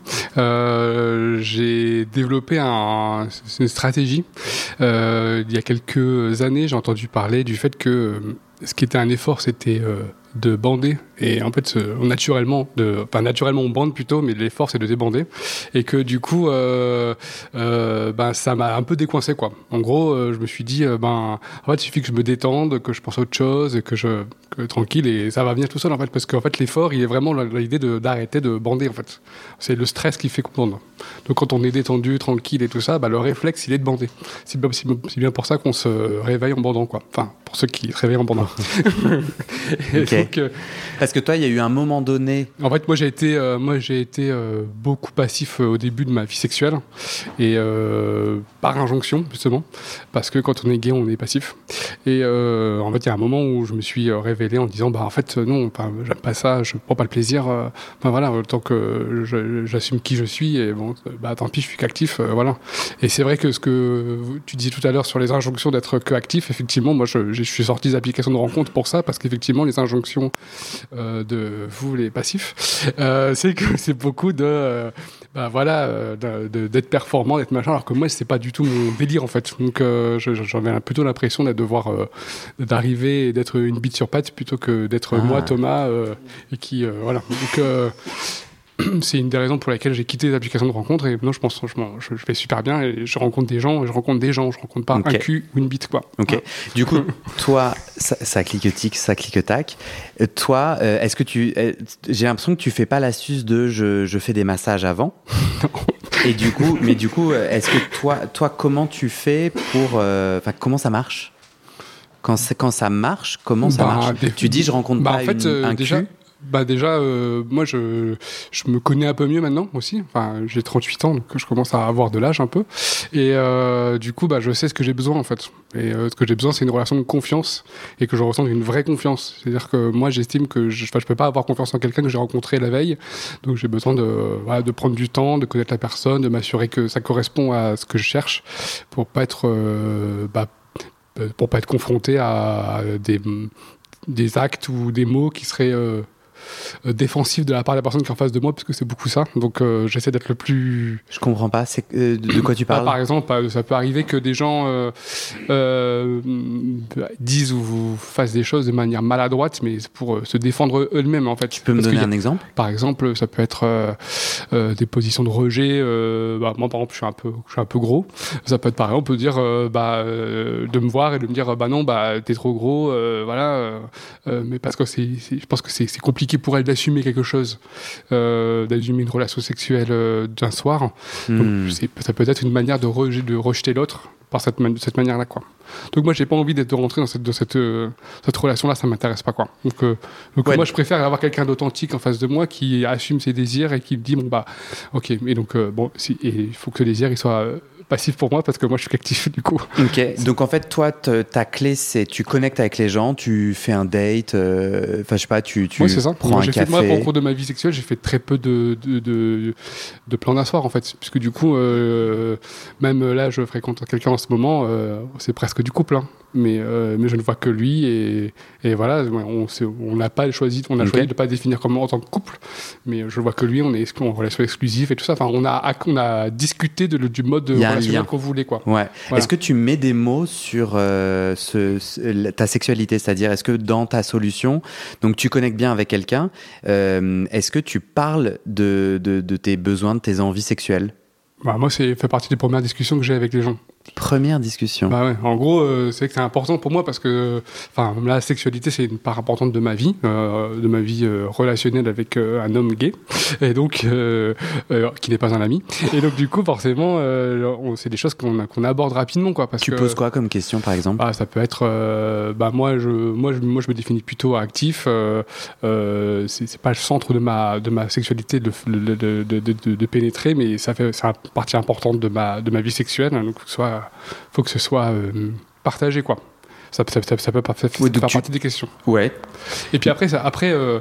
euh, j'ai développé un, une stratégie. Euh, il y a quelques années, j'ai entendu parler du fait que euh, ce qui était un effort, c'était euh, de bander. Et en fait, euh, naturellement, de, enfin naturellement on bande plutôt, mais l'effort c'est de débander. Et que du coup, euh, euh, ben ça m'a un peu décoincé quoi. En gros, euh, je me suis dit, euh, ben en fait, il suffit que je me détende, que je pense à autre chose, et que je que, tranquille, et ça va venir tout seul en fait, parce qu'en fait l'effort, il est vraiment l'idée de d'arrêter de bander en fait. C'est le stress qui fait qu'on bande. Donc quand on est détendu, tranquille et tout ça, bah, le réflexe il est de bander. C'est bien, c'est bien pour ça qu'on se réveille en bandant quoi. Enfin, pour ceux qui se réveillent en bandant. Et Ok. donc, euh, Parce que toi, il y a eu un moment donné. en fait, moi j'ai été, euh, moi j'ai été euh, beaucoup passif euh, au début de ma vie sexuelle et euh, par injonction justement, parce que quand on est gay, on est passif. Et euh, en fait, il y a un moment où je me suis euh, révélé en disant, bah en fait euh, non, enfin, j'aime pas ça, je prends pas le plaisir. Euh, enfin voilà, tant que je- j'assume qui je suis et bon, euh, bah tant pis, je suis qu'actif, euh, voilà. Et c'est vrai que ce que tu disais tout à l'heure sur les injonctions d'être que actif, effectivement, moi je, je suis sorti des applications de rencontre pour ça, parce qu'effectivement les injonctions euh, de vous les passifs, euh, c'est que c'est beaucoup de, euh, bah voilà, euh, de- de- d'être performant, d'être machin, alors que moi c'est pas du tout mon délire en fait. Donc euh, je- j'avais plutôt l'impression d'être devoir euh, d'arriver et d'être une bite sur patte plutôt que d'être Ah. moi Thomas euh, et qui euh, voilà. Donc euh, c'est une des raisons pour lesquelles j'ai quitté les applications de rencontre et maintenant je pense franchement je, je fais super bien et je rencontre des gens, je rencontre des gens, je rencontre pas Ok. un cul ou une bite quoi. Ok. Voilà. Du coup, toi, ça, ça clique-tic, ça clique-tac. Euh, Toi, euh, est-ce que tu. euh, j'ai l'impression que tu fais pas l'astuce de je, je fais des massages avant. Et du coup, mais du coup, euh, est-ce que toi, toi, comment tu fais pour. euh, Enfin, comment ça marche quand, c'est- quand ça marche, comment ça Bah, marche des- Tu dis je rencontre Bah, pas en fait, une- euh, un déjà, cul. bah déjà, euh, moi, je, je me connais un peu mieux maintenant aussi. Enfin, j'ai trente-huit ans, donc je commence à avoir de l'âge un peu. Et euh, du coup, bah, je sais ce que j'ai besoin, en fait. Et euh, ce que j'ai besoin, c'est une relation de confiance et que je ressente une vraie confiance. C'est-à-dire que moi, j'estime que je ne peux pas avoir confiance en quelqu'un que j'ai rencontré la veille. Donc, j'ai besoin de, voilà, de prendre du temps, de connaître la personne, de m'assurer que ça correspond à ce que je cherche pour pas être... Euh, bah, pour pas être confronté à des, des actes ou des mots qui seraient euh, défensif de la part de la personne qui est en face de moi, parce que c'est beaucoup ça. Donc euh, j'essaie d'être le plus... Je comprends pas, c'est, euh, de, de quoi tu parles? Bah, par exemple, ça peut arriver que des gens euh, euh, disent ou fassent des choses de manière maladroite, mais c'est pour euh, se défendre eux-mêmes en fait. Tu peux me Parce donner a, un exemple? Par exemple, ça peut être euh, euh, des positions de rejet. Euh, bah, moi, par exemple, je suis un peu, je suis un peu gros. Ça peut être par exemple, on peut dire, euh, bah, euh, de me voir et de me dire, bah non, bah t'es trop gros, euh, voilà. Euh, euh, mais parce que c'est, c'est, je pense que c'est, c'est compliqué pour elle d'assumer quelque chose, euh, d'assumer une relation sexuelle euh, d'un soir. Hmm. Donc, c'est, ça peut être une manière de, rejet, de rejeter l'autre par cette, man- de cette manière-là, quoi. Donc moi, j'ai pas envie d'être de rentrer dans cette, dans cette, euh, cette relation-là, ça m'intéresse pas, quoi. Donc, euh, donc Ouais. moi, je préfère avoir quelqu'un d'authentique en face de moi qui assume ses désirs et qui me dit, bon bah, ok, mais donc euh, bon, si, et il faut que ce désir il soit euh, passif pour moi parce que moi, je suis actif du coup. Ok, donc en fait, toi, te- ta clé, c'est tu connectes avec les gens, tu fais un date, enfin, euh, je sais pas, tu, tu Moi, c'est ça. prends Moi, un j'ai café. fait, moi, au cours de ma vie sexuelle, j'ai fait très peu de, de, de, de plans d'un soir, en fait. Puisque du coup, euh, même là, je fréquente quelqu'un en ce moment, euh, c'est presque du couple, hein. Mais, euh, mais je ne vois que lui et, et voilà, on s'est- on n'a pas choisi, on a Ok. choisi de ne pas définir comme en tant que couple, mais je vois que lui, on est exclu- en relation exclusive et tout ça. Enfin, on a, on a discuté de, du mode Il y a un relationnel lien. qu'on voulait, quoi. Ouais. Voilà. Est-ce que tu mets des mots sur euh, ce, ce- la- ta sexualité, c'est-à-dire est-ce que dans ta solution, donc tu connectes bien avec quelqu'un, euh, est-ce que tu parles de, de, de tes besoins, de tes envies sexuelles? Bah, moi, c'est fait partie des premières discussions que j'ai avec les gens. Première discussion. Bah ouais, en gros, euh, c'est vrai que c'est important pour moi parce que, enfin, la sexualité c'est une part importante de ma vie, euh, de ma vie euh, relationnelle avec euh, un homme gay, et donc euh, euh, qui n'est pas un ami. Et donc du coup, forcément, euh, on, c'est des choses qu'on qu'on aborde rapidement, quoi. Parce Tu que, poses quoi comme question, par exemple? bah, ça peut être, euh, bah moi je, moi je, moi je me définis plutôt actif. Euh, euh, c'est c'est pas le centre de ma, de ma sexualité de, de, de, de, de, de pénétrer, mais ça fait, c'est une partie importante de ma, de ma vie sexuelle. Donc faut que ce soit, faut que ce soit euh, partagé, quoi. Ça, ça, ça, ça peut pas faire, Oui, donc faire tu- partie des questions. Ouais. Et puis après, ça, après euh,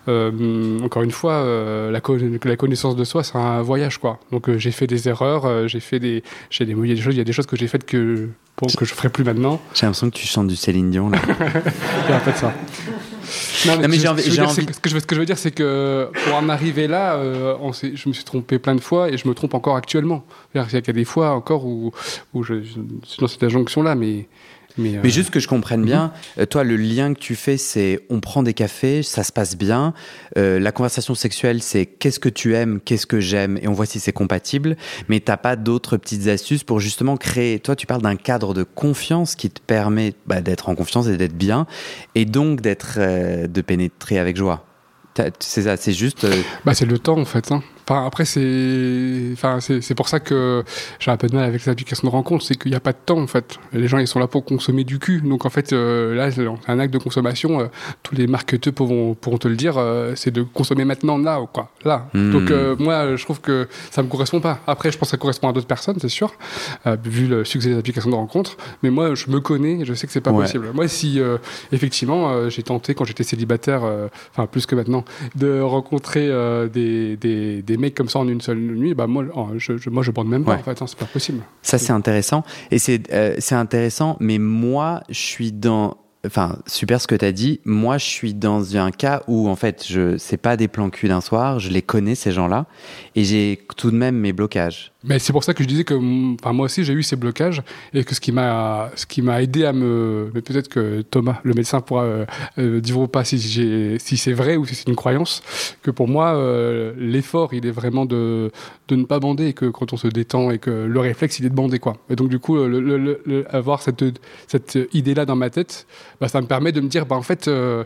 euh, encore une fois, euh, la, co- la connaissance de soi, c'est un voyage, quoi. Donc euh, j'ai fait des erreurs, euh, j'ai fait des, j'ai des, il y a des choses, il y a des choses que j'ai faites que, bon, que je ferai plus maintenant. J'ai l'impression que tu chantes du Céline Dion, là. Il y a un peu de ça. Non, Non, mais ce j'ai que envie- je veux j'ai dire, envie- c'est que- ce que je veux- ce que je veux dire, c'est que pour en arriver là, euh, on s'est- je me suis trompé plein de fois et je me trompe encore actuellement. C'est-à-dire qu'il y a des fois encore où, où je, je suis dans cette injonction-là, mais. Mais, euh, Mais juste que je comprenne bien, euh, toi, le lien que tu fais, c'est on prend des cafés, ça se passe bien. Euh, la conversation sexuelle, c'est qu'est-ce que tu aimes, qu'est-ce que j'aime, et on voit si c'est compatible. Mais t'as pas d'autres petites astuces pour justement créer. Toi, tu parles d'un cadre de confiance qui te permet bah, d'être en confiance et d'être bien, et donc d'être, euh, de pénétrer avec joie. T'as- C'est ça, c'est juste. euh, Bah, c'est le temps, en fait. Hein. Enfin, après, c'est, enfin, c'est, c'est pour ça que j'ai un peu de mal avec les applications de rencontre, c'est qu'il n'y a pas de temps, en fait. Les gens, ils sont là pour consommer du cul. Donc, en fait, euh, là, c'est un acte de consommation. Euh, tous les marketeurs pourront, pourront te le dire, euh, c'est de consommer maintenant, là, ou quoi. Là. Hmm. Donc, euh, moi, je trouve que ça me correspond pas. Après, je pense que ça correspond à d'autres personnes, c'est sûr, euh, vu le succès des applications de rencontre. Mais moi, je me connais, et je sais que c'est pas Ouais. possible. Moi, si, euh, effectivement, euh, j'ai tenté, quand j'étais célibataire, euh, enfin, plus que maintenant, de rencontrer euh, des, des, des mecs comme ça en une seule nuit, bah moi, oh, je, je, moi, je bande même pas, Ouais. en fait, hein, c'est pas possible. Ça, c'est intéressant. Et c'est euh, c'est intéressant, mais moi, je suis dans... Enfin, super ce que tu as dit. Moi, je suis dans un cas où, en fait, je c'est pas des plans cul d'un soir, je les connais, ces gens-là, et j'ai tout de même mes blocages. Mais c'est pour ça que je disais que, enfin, moi aussi, j'ai eu ces blocages et que ce qui m'a, ce qui m'a aidé à me, mais peut-être que Thomas, le médecin, pourra euh, euh, dire ou pas si j'ai, si c'est vrai ou si c'est une croyance, que pour moi, euh, l'effort, il est vraiment de, de ne pas bander et que quand on se détend et que le réflexe, il est de bander, quoi. Et donc, du coup, le, le, le, le- avoir cette, cette idée-là dans ma tête, bah, ça me permet de me dire, bah, en fait, euh,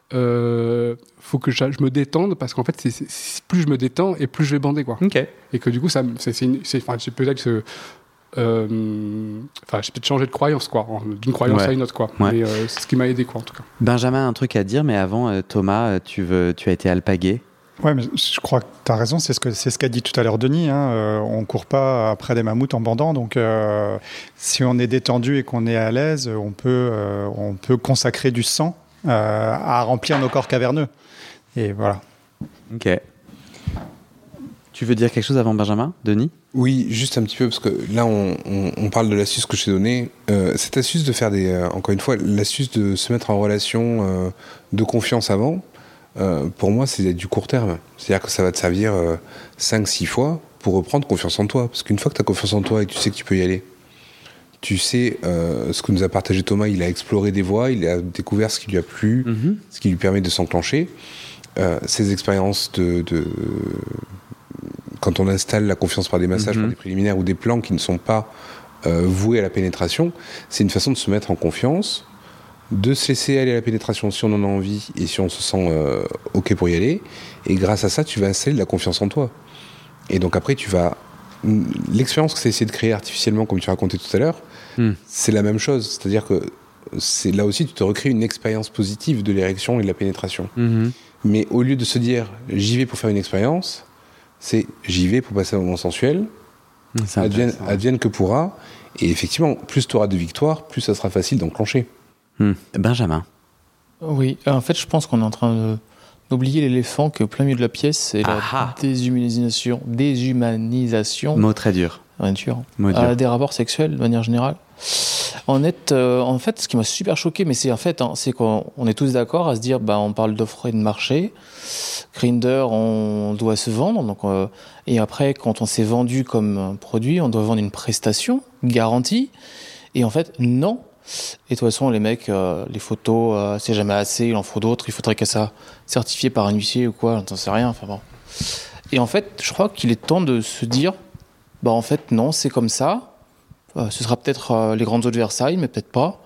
euh, faut que je, je me détende parce qu'en fait, c'est, c'est- c'est- plus je me détends et plus je vais bander, quoi. Ok. Et que du coup, ça, me- c'est, c'est, une- c'est, enfin, j'ai peut-être que, euh, enfin, j'ai peut-être changé de croyance, quoi, en- d'une croyance Ouais. à une autre, quoi. Ouais. Mais euh, c'est ce qui m'a aidé, quoi, en tout cas. Benjamin a un truc à dire, mais avant, euh, Thomas, euh, tu, veux, tu as été alpagué. Ouais, mais je crois que tu as raison, c'est ce que c'est ce qu'a dit tout à l'heure Denis. Hein, euh, on court pas après des mammouths en bandant, donc euh, si on est détendu et qu'on est à l'aise, on peut, euh, on peut consacrer du sang euh, à remplir nos corps caverneux. Et voilà. Ok. Tu veux dire quelque chose avant Benjamin, Denis? Oui, juste un petit peu, parce que là, on, on, on parle de l'astuce que je t'ai donnée. Euh, cette astuce de faire des... euh, encore une fois, l'astuce de se mettre en relation euh, de confiance avant, euh, pour moi, c'est du court terme. C'est-à-dire que ça va te servir euh, cinq six fois pour reprendre confiance en toi. Parce qu'une fois que tu as confiance en toi et que tu sais que tu peux y aller, tu sais euh, ce que nous a partagé Thomas, il a exploré des voies, il a découvert ce qui lui a plu, mm-hmm. ce qui lui permet de s'enclencher. Euh, ces expériences de, de... Quand on installe la confiance par des massages, mm-hmm. par des préliminaires ou des plans qui ne sont pas euh, voués à la pénétration, c'est une façon de se mettre en confiance, de se laisser aller à la pénétration si on en a envie et si on se sent euh, OK pour y aller. Et grâce à ça, tu vas installer de la confiance en toi. Et donc après, tu vas... L'expérience que tu as essayé de créer artificiellement, comme tu racontais tout à l'heure, mm. c'est la même chose. C'est-à-dire que c'est, là aussi, tu te recrées une expérience positive de l'érection et de la pénétration. Mm-hmm. Mais au lieu de se dire « j'y vais pour faire une expérience », c'est « j'y vais pour passer un moment sensuel », advienne, advienne que pourra. Et effectivement, plus tu auras de victoires, plus ça sera facile d'enclencher. Mm. Benjamin. Oui, en fait, je pense qu'on est en train de... d'oublier l'éléphant qui est au plein milieu de la pièce, c'est la Aha. déshumanisation, déshumanisation. Mot très dur. Ouais, dur. Mot dur. Euh, des rapports sexuels de manière générale. En, est, euh, en fait, ce qui m'a super choqué, mais c'est en fait, hein, c'est qu'on on est tous d'accord à se dire, bah, on parle d'offre et de marché. Grindr, on doit se vendre, donc, euh, et après, quand on s'est vendu comme un produit, on doit vendre une prestation garantie. Et en fait, non. Et de toute façon, les mecs, euh, les photos, euh, c'est jamais assez, il en faut d'autres, il faudrait qu'elle soit certifiée par un huissier ou quoi, j'en sais rien, enfin bon. Et en fait, je crois qu'il est temps de se dire, bah en fait, non, c'est comme ça, euh, ce sera peut-être euh, les grandes eaux de Versailles, mais peut-être pas.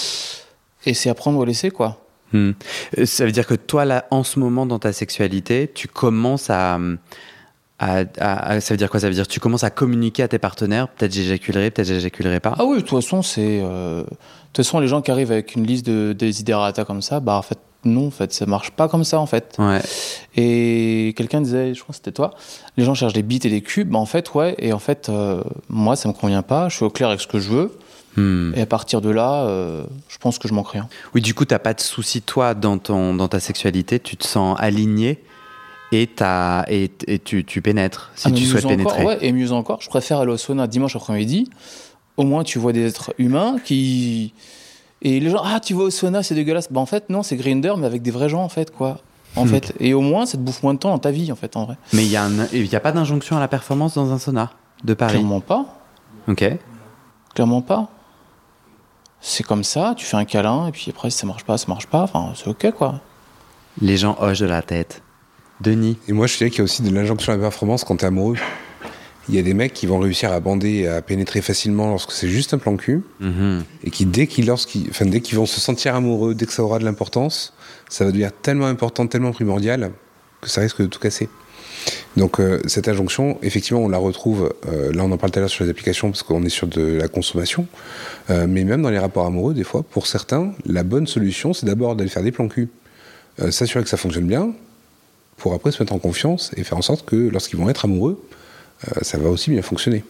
Et c'est à prendre ou à laisser, quoi. Hmm. Ça veut dire que toi, là, en ce moment, dans ta sexualité, tu commences à... À, à, à, ça veut dire quoi? Ça veut dire que tu commences à communiquer à tes partenaires, peut-être j'éjaculerai, peut-être j'éjaculerai pas. Ah oui, de toute façon, c'est, euh, de toute façon, les gens qui arrivent avec une liste de desiderata comme ça, bah en fait, non, en fait, ça marche pas comme ça, en fait. Ouais. Et quelqu'un disait, je crois que c'était toi, les gens cherchent des bites et des cubes, bah en fait, ouais, et en fait, euh, moi, ça me convient pas, je suis au clair avec ce que je veux. Hmm. Et à partir de là, euh, je pense que je manque rien. Oui, du coup, t'as pas de souci, toi, dans, ton, dans ta sexualité, tu te sens aligné. Et, et, et tu, tu pénètres, si ah, tu souhaites pénétrer. Encore, ouais, et mieux encore, je préfère aller au sauna dimanche après-midi. Au moins, tu vois des êtres humains qui... Et les gens, ah, tu vas au sauna, c'est dégueulasse. Bah, en fait, non, c'est Grindr, mais avec des vrais gens, en fait, quoi. En hmm. fait. Et au moins, ça te bouffe moins de temps dans ta vie, en fait, en vrai. Mais il n'y a, a pas d'injonction à la performance dans un sauna de Paris? Clairement pas. Ok. Clairement pas. C'est comme ça, tu fais un câlin, et puis après, si ça marche pas, ça marche pas. Enfin, c'est ok, quoi. Les gens hochent de la tête. Denis. Et moi, je dirais qu'il y a aussi de l'injonction à la performance quand t'es amoureux. Il y a des mecs qui vont réussir à bander et à pénétrer facilement lorsque c'est juste un plan cul. Mm-hmm. Et qui, dès qu'ils, lorsqu'ils, enfin, dès qu'ils vont se sentir amoureux, dès que ça aura de l'importance, ça va devenir tellement important, tellement primordial, que ça risque de tout casser. Donc, euh, cette injonction, effectivement, on la retrouve, euh, là on en parle tout à l'heure sur les applications, parce qu'on est sur de la consommation, euh, mais même dans les rapports amoureux, des fois, pour certains, la bonne solution, c'est d'abord d'aller faire des plans cul. Euh, s'assurer que ça fonctionne bien, pour après se mettre en confiance et faire en sorte que lorsqu'ils vont être amoureux, euh, ça va aussi bien fonctionner.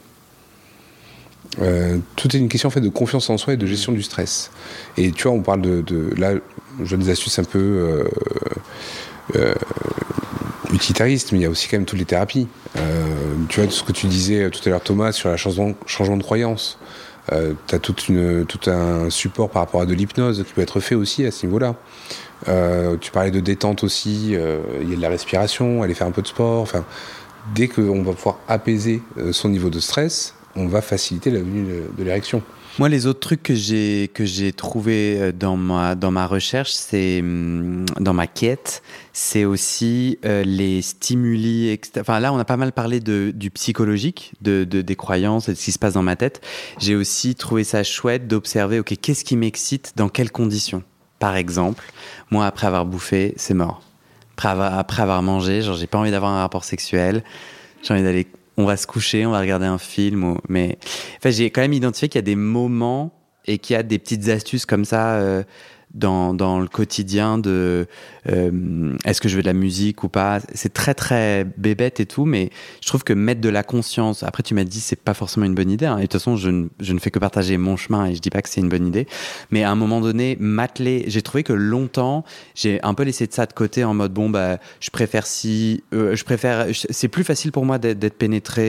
Euh, tout est une question en fait de confiance en soi et de gestion du stress. Et tu vois, on parle de, de là, je donne des astuces un peu euh, euh, utilitaristes, mais il y a aussi quand même toutes les thérapies. Euh, tu vois, tout ce que tu disais tout à l'heure, Thomas, sur le changement, changement de croyance. Euh, tu as toute une, tout un support par rapport à de l'hypnose qui peut être fait aussi à ce niveau-là. Euh, tu parlais de détente aussi, euh, il y a de la respiration, aller faire un peu de sport. Enfin, dès qu'on va pouvoir apaiser euh, son niveau de stress, on va faciliter la venue de, de l'érection. Moi, les autres trucs que j'ai que j'ai trouvé dans ma dans ma recherche, c'est dans ma quête, c'est aussi euh, les stimuli. Extra... Enfin, là, on a pas mal parlé de du psychologique, de, de des croyances et de ce qui se passe dans ma tête. J'ai aussi trouvé ça chouette d'observer. Ok, qu'est-ce qui m'excite, dans quelles conditions? Par exemple, moi, après avoir bouffé, c'est mort. Après avoir, après avoir mangé, genre, j'ai pas envie d'avoir un rapport sexuel. J'ai envie d'aller, on va se coucher, on va regarder un film. Ou, mais, enfin, j'ai quand même identifié qu'il y a des moments et qu'il y a des petites astuces comme ça euh, dans, dans le quotidien de euh, est-ce que je veux de la musique ou pas. C'est très, très bébête et tout, mais je trouve que mettre de la conscience... Après, tu m'as dit c'est pas forcément une bonne idée. Hein, et de toute façon, je ne, je ne fais que partager mon chemin et je dis pas que c'est une bonne idée. Mais à un moment donné, m'atteler... J'ai trouvé que longtemps, j'ai un peu laissé de ça de côté en mode, bon, bah, je préfère si... Euh, je préfère... C'est plus facile pour moi d'être, d'être pénétré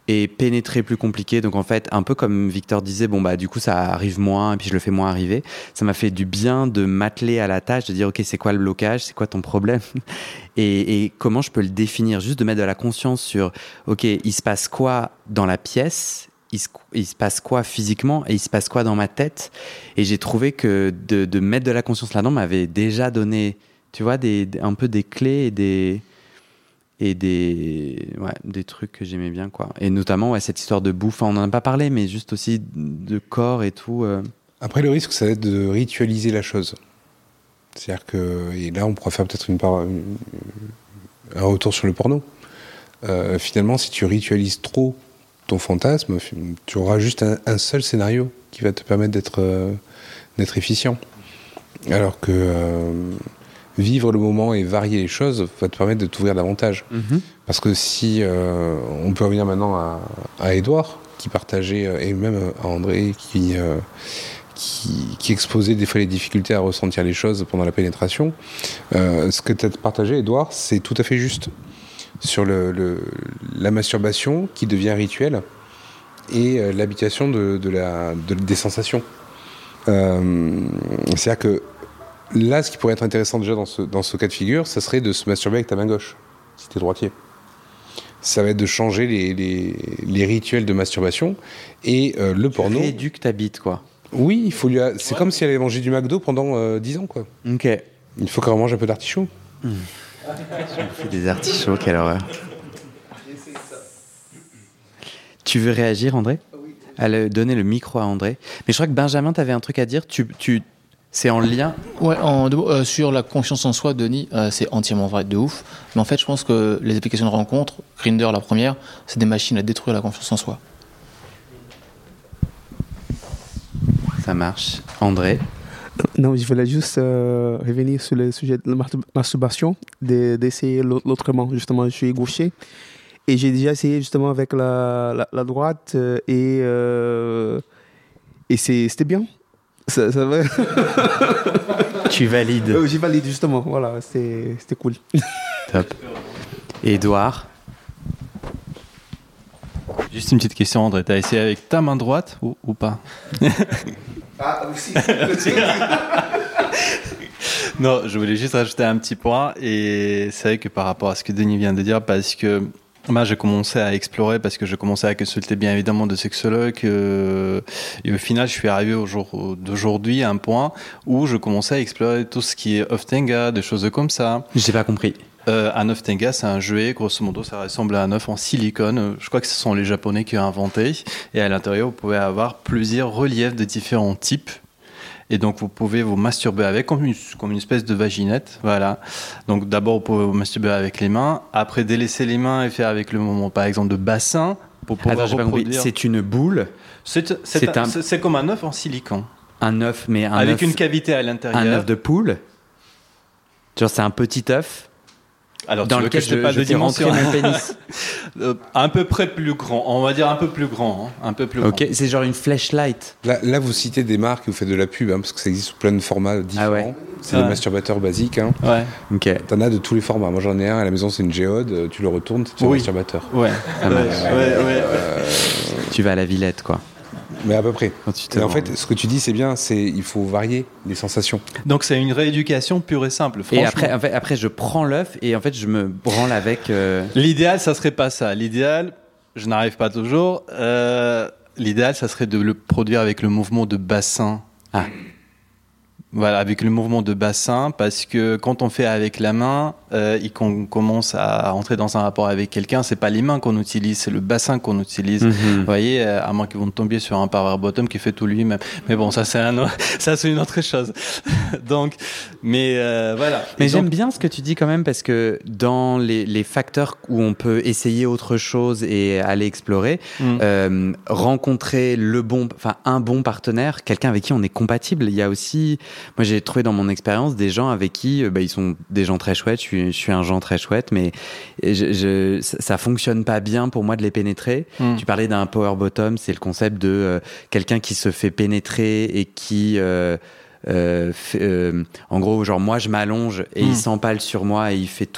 et pénétrer plus compliqué. Donc en fait, un peu comme Victor disait, bon bah du coup ça arrive moins et puis je le fais moins arriver. Ça m'a fait du bien de m'atteler à la tâche, de dire ok, c'est quoi le blocage, c'est quoi ton problème et, et comment je peux le définir, juste de mettre de la conscience sur ok, il se passe quoi dans la pièce, il se, il se passe quoi physiquement et il se passe quoi dans ma tête. Et j'ai trouvé que de, de mettre de la conscience là-dedans m'avait déjà donné, tu vois, des, un peu des clés et des et des ouais, des trucs que j'aimais bien, quoi. Et notamment ouais, cette histoire de bouffe, on n'en a pas parlé, mais juste aussi de corps et tout. Euh. Après, le risque, ça va être de ritualiser la chose. C'est-à-dire que, et là, on pourra faire peut-être une part, une, un retour sur le porno. Euh, finalement, si tu ritualises trop ton fantasme, tu auras juste un, un seul scénario qui va te permettre d'être, euh, d'être efficient. Alors que euh, vivre le moment et varier les choses va te permettre de t'ouvrir davantage. Mm-hmm. Parce que si euh, on peut revenir maintenant à, à Édouard, qui partageait, euh, et même à André, qui, euh, qui, qui exposait des fois les difficultés à ressentir les choses pendant la pénétration, euh, ce que tu as partagé, Édouard, c'est tout à fait juste. Sur le, le, la masturbation qui devient rituel et euh, l'habitation de, de la, de, des sensations. Euh, c'est-à-dire que là, ce qui pourrait être intéressant déjà dans ce, dans ce cas de figure, ça serait de se masturber avec ta main gauche, si t'es droitier. Ça va être de changer les, les, les rituels de masturbation et euh, le porno. Tu rééduques ta bite, quoi. Oui, il faut lui. A... C'est ouais. Comme si elle avait mangé du McDo pendant euh, dix ans, quoi. Ok. Il faut qu'elle mange un peu d'artichaut. Mmh. Je me fais des artichauts, quelle horreur. Tu veux réagir, André ? Oui. Allez, donner le micro à André. Mais je crois que Benjamin, tu avais un truc à dire. Tu, tu, c'est en lien. Ouais, en, euh, sur la confiance en soi, Denis, euh, c'est entièrement vrai, de ouf. Mais en fait, je pense que les applications de rencontre, Grindr la première, c'est des machines à détruire la confiance en soi. Ça marche. André ? Non, je voulais juste euh, revenir sur le sujet de la masturbation, de, d'essayer l'autrement. Justement, je suis gaucher et j'ai déjà essayé justement avec la, la, la droite euh, et, euh, et c'est, c'était bien. Ça, ça va. Tu valides. euh, J'ai valide justement, voilà, c'était, c'était cool. Top. Édouard ? Juste une petite question, André. T'as essayé avec ta main droite ou, ou pas ? Ah, aussi. Non, je voulais juste rajouter un petit point. Et c'est vrai que par rapport à ce que Denis vient de dire, parce que moi, j'ai commencé à explorer, parce que je commençais à consulter bien évidemment de sexologues. Euh, et au final, je suis arrivé au jour d'aujourd'hui à un point où je commençais à explorer tout ce qui est Oftenga, des choses comme ça. J'ai pas compris. Euh, un œuf Tenga, c'est un jouet, grosso modo, ça ressemble à un œuf en silicone. Je crois que ce sont les Japonais qui ont inventé. Et à l'intérieur, vous pouvez avoir plusieurs reliefs de différents types. Et donc, vous pouvez vous masturber avec, comme une, comme une espèce de vaginette. Voilà. Donc, d'abord, vous pouvez vous masturber avec les mains. Après, délaisser les mains et faire avec le moment, par exemple, de bassin. Pour pouvoir Attends, j'ai pas compris. C'est une boule. C'est, c'est, c'est, un... c'est comme un œuf en silicone. Un œuf, mais un avec œuf... une cavité à l'intérieur. Un œuf de poule. Genre, c'est un petit œuf. Alors, dans lequel je, pas je de fais rentrer mon pénis. euh, un peu près plus grand, on va dire un peu plus grand, hein, un peu plus ok, grand. C'est genre une flashlight. Là, là, vous citez des marques et vous faites de la pub, hein, parce que ça existe sous plein de formats différents. Ah ouais. C'est ouais. Des masturbateurs basiques. Hein. Ouais. Ok. T'en as de tous les formats. Moi, j'en ai un à la maison, c'est une géode. Tu le retournes, c'est un oui. masturbateur. Ouais. Ça ouais, ouais, ouais. Euh... Tu vas à la Villette, quoi. Mais à peu près. Et en fait, ce que tu dis, c'est bien, c'est il faut varier les sensations. Donc c'est une rééducation pure et simple. Et après, en fait, après, je prends l'œuf et en fait, je me branle avec. Euh... L'idéal, ça serait pas ça. L'idéal, je n'arrive pas toujours. Euh, l'idéal, ça serait de le produire avec le mouvement de bassin. Ah. Voilà, avec le mouvement de bassin, parce que quand on fait avec la main euh, et qu'on commence à entrer dans un rapport avec quelqu'un, c'est pas les mains qu'on utilise, c'est le bassin qu'on utilise. Mm-hmm. Vous voyez, à moins qu'ils vont tomber sur un power bottom qui fait tout lui-même. Mais bon, ça c'est un, ça c'est une autre chose. Donc, mais euh, voilà. Mais et j'aime donc... bien ce que tu dis quand même, parce que dans les, les facteurs où on peut essayer autre chose et aller explorer, mm. euh, rencontrer le bon, enfin un bon partenaire, quelqu'un avec qui on est compatible. Il y a aussi Moi, j'ai trouvé dans mon expérience des gens avec qui, bah, ils sont des gens très chouettes. Je suis, je suis un genre très chouette, mais je, je, ça fonctionne pas bien pour moi de les pénétrer. Mm. Tu parlais d'un power bottom, c'est le concept de euh, quelqu'un qui se fait pénétrer et qui, euh, euh, fait, euh, en gros, genre moi je m'allonge et mm. il s'empale sur moi et il fait tout.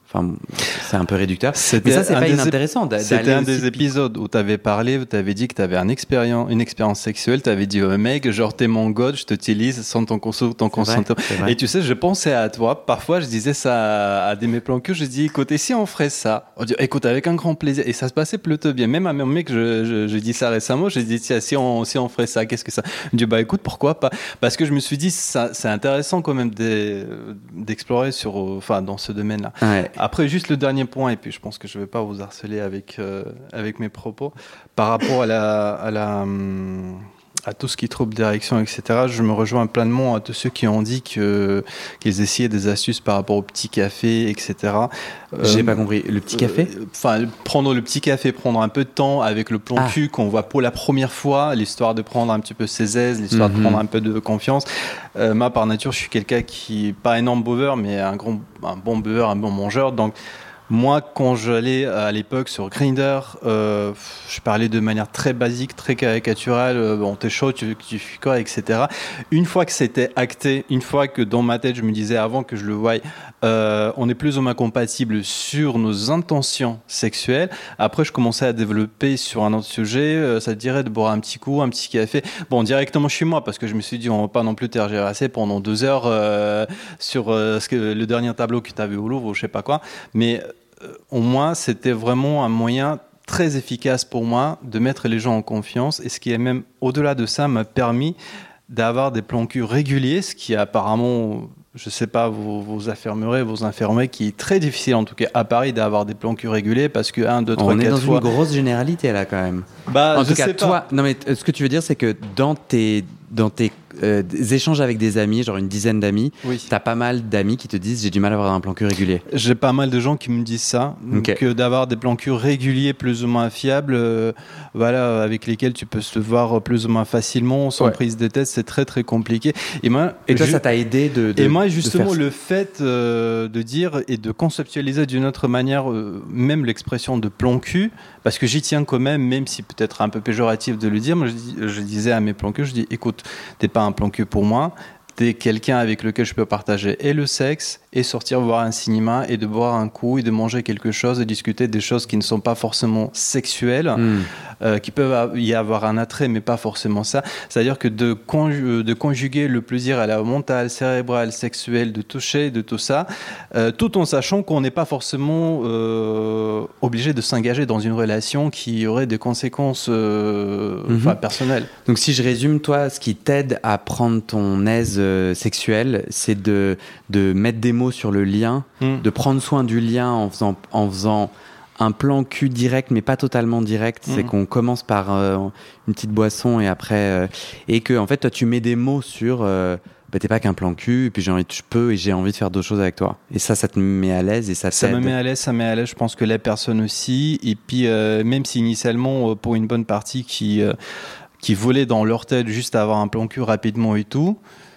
Enfin, c'est un peu réducteur. C'était Mais ça, c'est un pas des inintéressant. ép- C'était un des épisodes où tu avais parlé, où tu avais dit que tu avais un expérien- une expérience sexuelle. Tu avais dit, oh, mec, genre, t'es mon god, je t'utilise sans ton, conso- ton consentement. Et tu sais, je pensais à toi. Parfois, je disais ça à, à des mes plans que je dis, écoute, et si on ferait ça? On dit, écoute, avec un grand plaisir. Et ça se passait plutôt bien. Même à mon mec, je, je, je dis ça récemment. J'ai dit, tiens, si on, si on ferait ça, qu'est-ce que ça? Il me dit, bah écoute, pourquoi pas? Parce que je me suis dit, ça, c'est intéressant quand même des- d'explorer sur, enfin, dans ce domaine-là. Ouais. Après, juste le dernier point, et puis je pense que je ne vais pas vous harceler avec, euh, avec mes propos, par rapport à, la, à, la, hum, à tout ce qui trouble d'érection, et cetera, je me rejoins pleinement à tous ceux qui ont dit que, qu'ils essayaient des astuces par rapport au petit café, et cetera. J'ai Euh, pas compris. Le petit café Enfin, euh, prendre le petit café, prendre un peu de temps avec le plan Ah. cul qu'on voit pour la première fois, l'histoire de prendre un petit peu ses aises, l'histoire Mhm. de prendre un peu de confiance. Euh, moi, par nature, je suis quelqu'un qui, pas énorme buveur, mais un, grand, un bon buveur, un bon mangeur. Donc, moi, quand j'allais à l'époque sur Grindr, euh, je parlais de manière très basique, très caricaturale. Euh, bon, t'es chaud, tu, tu fais quoi, et cetera. Une fois que c'était acté, une fois que dans ma tête, je me disais avant que je le voie, euh, on est plus ou moins compatibles sur nos intentions sexuelles. Après, je commençais à développer sur un autre sujet. Euh, ça te dirait de boire un petit coup, un petit café. Bon, directement chez moi, parce que je me suis dit, on va pas non plus tergiverser pendant deux heures euh, sur euh, ce que, le dernier tableau que tu avais au Louvre ou je sais pas quoi. Mais euh, au moins, c'était vraiment un moyen très efficace pour moi de mettre les gens en confiance. Et ce qui est même au-delà de ça m'a permis d'avoir des plans cul réguliers, ce qui apparemment, je sais pas, vous, vous affirmerez, vous infirmerez, qui est très difficile en tout cas à Paris d'avoir des plans cul réguliers parce que un, deux, trois, On est quatre dans fois. une grosse généralité là quand même. Bah, en je tout cas, sais pas. toi, non mais euh, ce que tu veux dire, c'est que dans tes dans tes euh, des échanges avec des amis, genre une dizaine d'amis, Oui. t'as pas mal d'amis qui te disent j'ai du mal à avoir un plan cul régulier. J'ai pas mal de gens qui me disent ça, Ok. que d'avoir des plans cul réguliers, plus ou moins fiables, euh, voilà, avec lesquels tu peux se voir plus ou moins facilement, sans Ouais. prise de tête, c'est très très compliqué. Et moi, Et toi, ju- ça t'a aidé de, de et moi, de justement, faire ça. le fait euh, de dire et de conceptualiser d'une autre manière, euh, même l'expression de plan cul, parce que j'y tiens quand même, même si peut-être un peu péjoratif de le dire, moi je, dis- je disais à mes plans cul, je dis, écoute, t'es pas un plan cul pour moi, t'es quelqu'un avec lequel je peux partager et le sexe, et sortir voir un cinéma, et de boire un coup, et de manger quelque chose, et discuter des choses qui ne sont pas forcément sexuelles, Hmm. euh, qui peuvent y avoir un attrait, mais pas forcément ça. C'est-à-dire que de, conju- de conjuguer le plaisir à la mental, cérébral, sexuel, de toucher, de tout ça, euh, tout en sachant qu'on n'est pas forcément euh, obligé de s'engager dans une relation qui aurait des conséquences euh, Mhm. enfin, personnelles. Donc si je résume, toi, ce qui t'aide à prendre ton aise euh, sexuelle, c'est de, de mettre des mots sur le lien, Mm. de prendre soin du lien en faisant, en faisant un plan cul direct, mais pas totalement direct. C'est Mm. qu'on commence par euh, une petite boisson et après... euh, et que, en fait, toi, tu mets des mots sur... euh, bah, t'es pas qu'un plan cul, et puis j'ai envie de, je peux et j'ai envie de faire d'autres choses avec toi. Et ça, ça te met à l'aise et ça Ça t'aide. me met à l'aise, ça met à l'aise, je pense que les personnes aussi. Et puis, euh, même si initialement, euh, pour une bonne partie qui, euh, qui voulait dans leur tête juste avoir un plan cul rapidement et tout,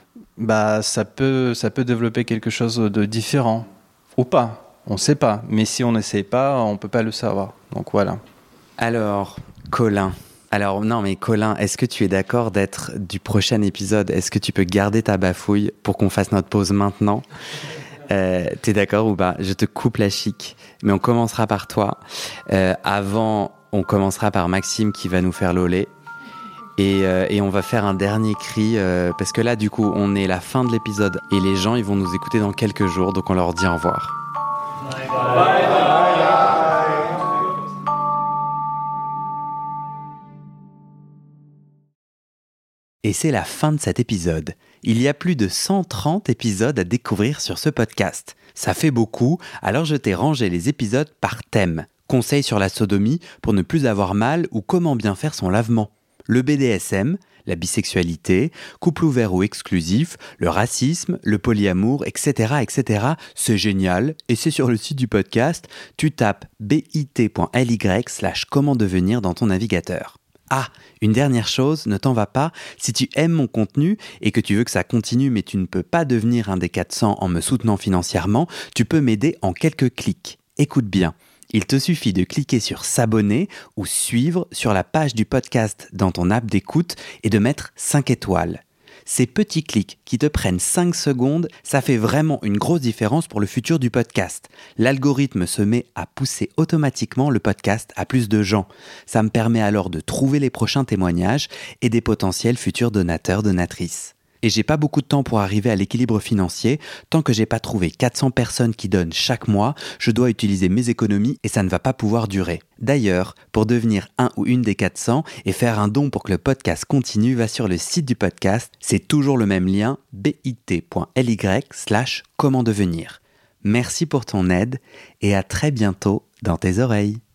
bah, ça peut, ça peut développer quelque chose de différent. Ou pas, on ne sait pas. Mais si on n'essaie pas, on ne peut pas le savoir. Donc voilà. Alors, Colin. Alors, non, mais Colin, est-ce que tu es d'accord d'être du prochain épisode? Est-ce que tu peux garder ta bafouille pour qu'on fasse notre pause maintenant? Euh, T'es d'accord ou pas? Je te coupe la chic, mais on commencera par toi. Euh, avant, on commencera par Maxime qui va nous faire l'olé. Et, euh, et on va faire un dernier cri, euh, parce que là, du coup, on est la fin de l'épisode et les gens, ils vont nous écouter dans quelques jours, donc on leur dit au revoir. Et c'est la fin de cet épisode. Il y a plus de cent trente épisodes à découvrir sur ce podcast. Ça fait beaucoup, alors je t'ai rangé les épisodes par thème. Conseils sur la sodomie pour ne plus avoir mal ou comment bien faire son lavement. Le B D S M, la bisexualité, couple ouvert ou exclusif, le racisme, le polyamour, et cetera, et cetera. C'est génial et c'est sur le site du podcast. Tu tapes bit.ly slash comment devenir dans ton navigateur. Ah, une dernière chose, ne t'en va pas, si tu aimes mon contenu et que tu veux que ça continue mais tu ne peux pas devenir un des quatre cents en me soutenant financièrement, tu peux m'aider en quelques clics. Écoute bien, il te suffit de cliquer sur s'abonner ou suivre sur la page du podcast dans ton app d'écoute et de mettre cinq étoiles. Ces petits clics qui te prennent cinq secondes, ça fait vraiment une grosse différence pour le futur du podcast. L'algorithme se met à pousser automatiquement le podcast à plus de gens. Ça me permet alors de trouver les prochains témoignages et des potentiels futurs donateurs, donatrices. Et j'ai pas beaucoup de temps pour arriver à l'équilibre financier. Tant que j'ai pas trouvé quatre cents personnes qui donnent chaque mois, je dois utiliser mes économies et ça ne va pas pouvoir durer. D'ailleurs, pour devenir un ou une des quatre cents et faire un don pour que le podcast continue, va sur le site du podcast. C'est toujours le même lien, bit.ly slash comment devenir. Merci pour ton aide et à très bientôt dans tes oreilles.